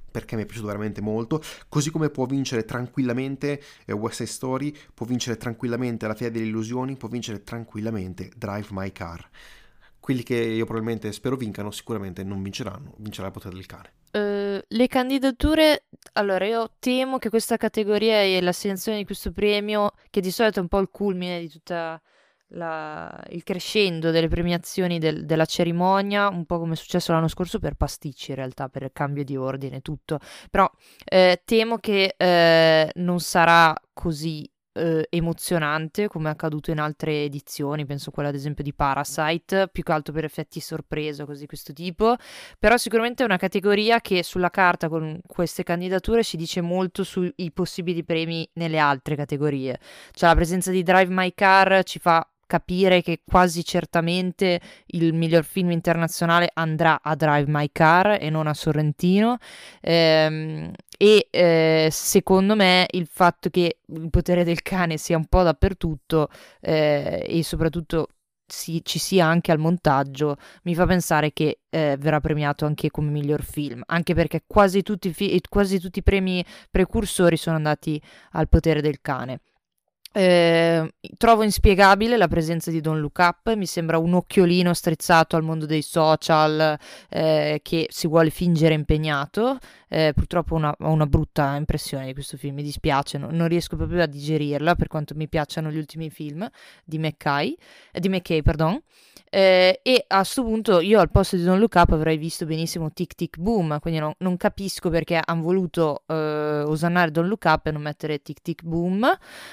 perché mi è piaciuto veramente molto, così come può vincere tranquillamente eh, West Side Story, può vincere tranquillamente La Fiera delle Illusioni, può vincere tranquillamente Drive My Car. Quelli che io probabilmente spero vincano sicuramente non vinceranno, vincerà Il Potere del Cane. Uh, le candidature, allora io temo che questa categoria e l'assegnazione di questo premio, che di solito è un po' il culmine di tutta la, il crescendo delle premiazioni del- della cerimonia, un po' come è successo l'anno scorso per pasticci in realtà, per il cambio di ordine e tutto, però eh, temo che eh, non sarà così eh, emozionante come è accaduto in altre edizioni, penso quella ad esempio di Parasite, più che altro per effetti sorpresa, così di questo tipo. Però sicuramente è una categoria che sulla carta con queste candidature ci dice molto sui possibili premi nelle altre categorie. Cioè la presenza di Drive My Car ci fa capire che quasi certamente il miglior film internazionale andrà a Drive My Car e non a Sorrentino. Ehm, e eh, secondo me il fatto che Il Potere del Cane sia un po' dappertutto eh, e soprattutto si- ci sia anche al montaggio mi fa pensare che eh, verrà premiato anche come miglior film, anche perché quasi tutti, i fi- quasi tutti i premi precursori sono andati al Potere del Cane. Eh, trovo inspiegabile la presenza di Don't Look Up, mi sembra un occhiolino strizzato al mondo dei social eh, che si vuole fingere impegnato. Eh, purtroppo una- ho una brutta impressione di questo film, mi dispiace, no- non riesco proprio a digerirla per quanto mi piacciono gli ultimi film di McKay, eh, di McKay, pardon. Eh, e a sto punto io al posto di Don't Look Up avrei visto benissimo Tic Tic Boom, quindi non, non capisco perché hanno voluto eh, osannare Don't Look Up e non mettere Tic Tic Boom.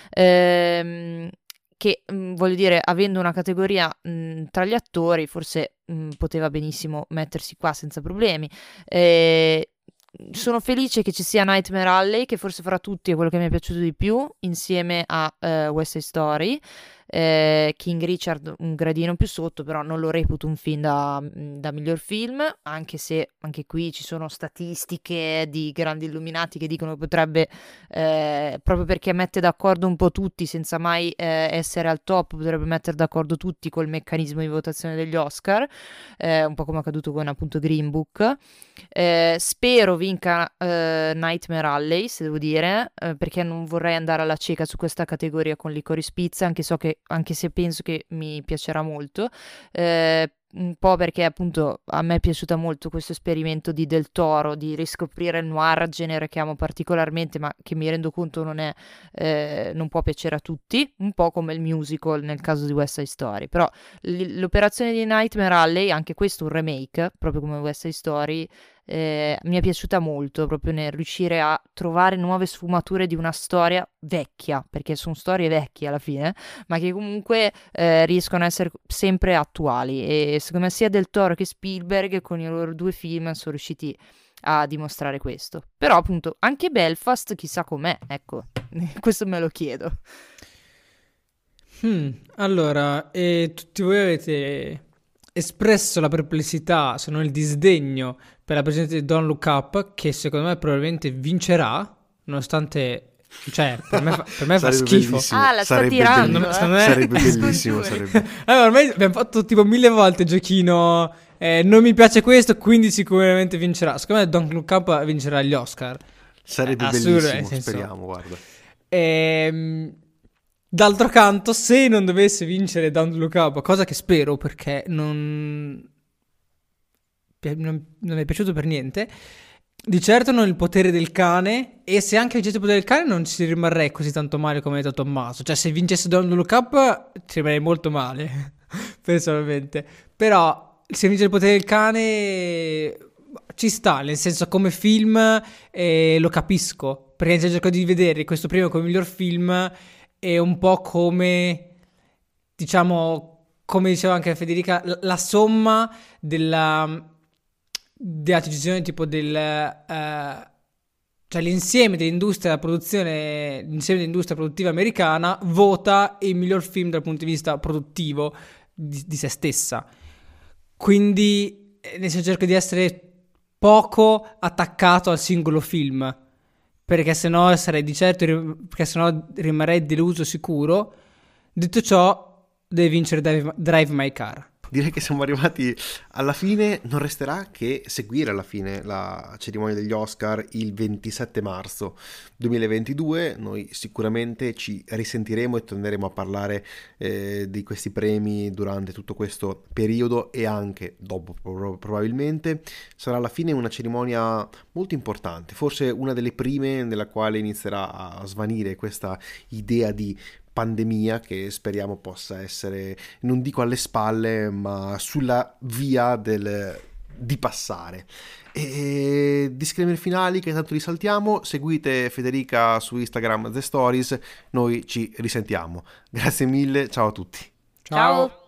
Ehm, che mh, voglio dire, avendo una categoria mh, tra gli attori, forse mh, poteva benissimo mettersi qua senza problemi. Eh, sono felice che ci sia Nightmare Alley, che forse fra tutti è quello che mi è piaciuto di più, insieme a eh, West Side Story. Eh, King Richard un gradino più sotto, però non lo reputo un film da, da miglior film, anche se anche qui ci sono statistiche di grandi illuminati che dicono che potrebbe, eh, proprio perché mette d'accordo un po' tutti senza mai eh, essere al top, potrebbe mettere d'accordo tutti col meccanismo di votazione degli Oscar, eh, un po' come è accaduto con appunto Green Book. Eh, spero vinca eh, Nightmare Alley, se devo dire, eh, perché non vorrei andare alla cieca su questa categoria con Licorice Pizza, anche, so che, anche se penso che mi piacerà molto. Eh, un po' perché appunto a me è piaciuta molto questo esperimento di Del Toro di riscoprire il noir, genere che amo particolarmente, ma che mi rendo conto non è, eh, non può piacere a tutti, un po' come il musical nel caso di West Side Story. Però l- l'operazione di Nightmare Alley, anche questo un remake, proprio come West Side Story, eh, mi è piaciuta molto proprio nel riuscire a trovare nuove sfumature di una storia vecchia, perché sono storie vecchie alla fine, ma che comunque eh, riescono a essere sempre attuali. E secondo me sia Del Toro che Spielberg con i loro due film sono riusciti a dimostrare questo. Però appunto anche Belfast chissà com'è, ecco, questo me lo chiedo. Hmm, allora, e tutti voi avete espresso la perplessità, se non il disdegno, per la presenza di Don't Look Up, che secondo me probabilmente vincerà, nonostante, cioè, per me fa, per me fa Sarebbe schifo. bellissimo. Ah, la sta Sarebbe tirando, belli- eh. Secondo me- Sarebbe Scusami. bellissimo, sarebbe. Allora, ormai abbiamo fatto tipo mille volte il giochino, eh, non mi piace questo, quindi sicuramente vincerà. Secondo me Don't Look Up vincerà gli Oscar. Sarebbe Eh, assurdo, bellissimo, nel senso- speriamo, guarda. Ehm, d'altro canto, se non dovesse vincere Don't Look Up, cosa che spero perché non, pi- non, non mi è piaciuto per niente, di certo non Il Potere del Cane, e se anche vincesse Il Potere del Cane non ci rimarrei così tanto male come ha detto Tommaso. Cioè se vincesse Don't Look Up ci rimarrei molto male, personalmente. Però se vince Il Potere del Cane ci sta, nel senso come film eh, lo capisco, perché se cerco di vedere questo premio come miglior film è un po' come, diciamo, come diceva anche Federica, la, la somma della, della decisione tipo del, eh, cioè l'insieme dell'industria della produzione, l'insieme dell'industria produttiva americana vota il miglior film dal punto di vista produttivo di, di se stessa. Quindi eh, nel senso cerco di essere poco attaccato al singolo film, perché sennò sarei di certo rim- perché sennò rimarrei deluso sicuro. Detto ciò, deve vincere Drive, Drive My Car. direi che siamo arrivati alla fine. Non resterà che seguire alla fine la cerimonia degli Oscar il ventisette marzo duemilaventidue. Noi sicuramente ci risentiremo e torneremo a parlare eh, di questi premi durante tutto questo periodo e anche dopo, probabilmente. Sarà alla fine una cerimonia molto importante, forse una delle prime nella quale inizierà a svanire questa idea di pandemia che speriamo possa essere, non dico alle spalle, ma sulla via del, di passare. E disclaimer finali che tanto risaltiamo: seguite Federica su Instagram The Stories, noi ci risentiamo. Grazie mille, ciao a tutti. Ciao. Ciao.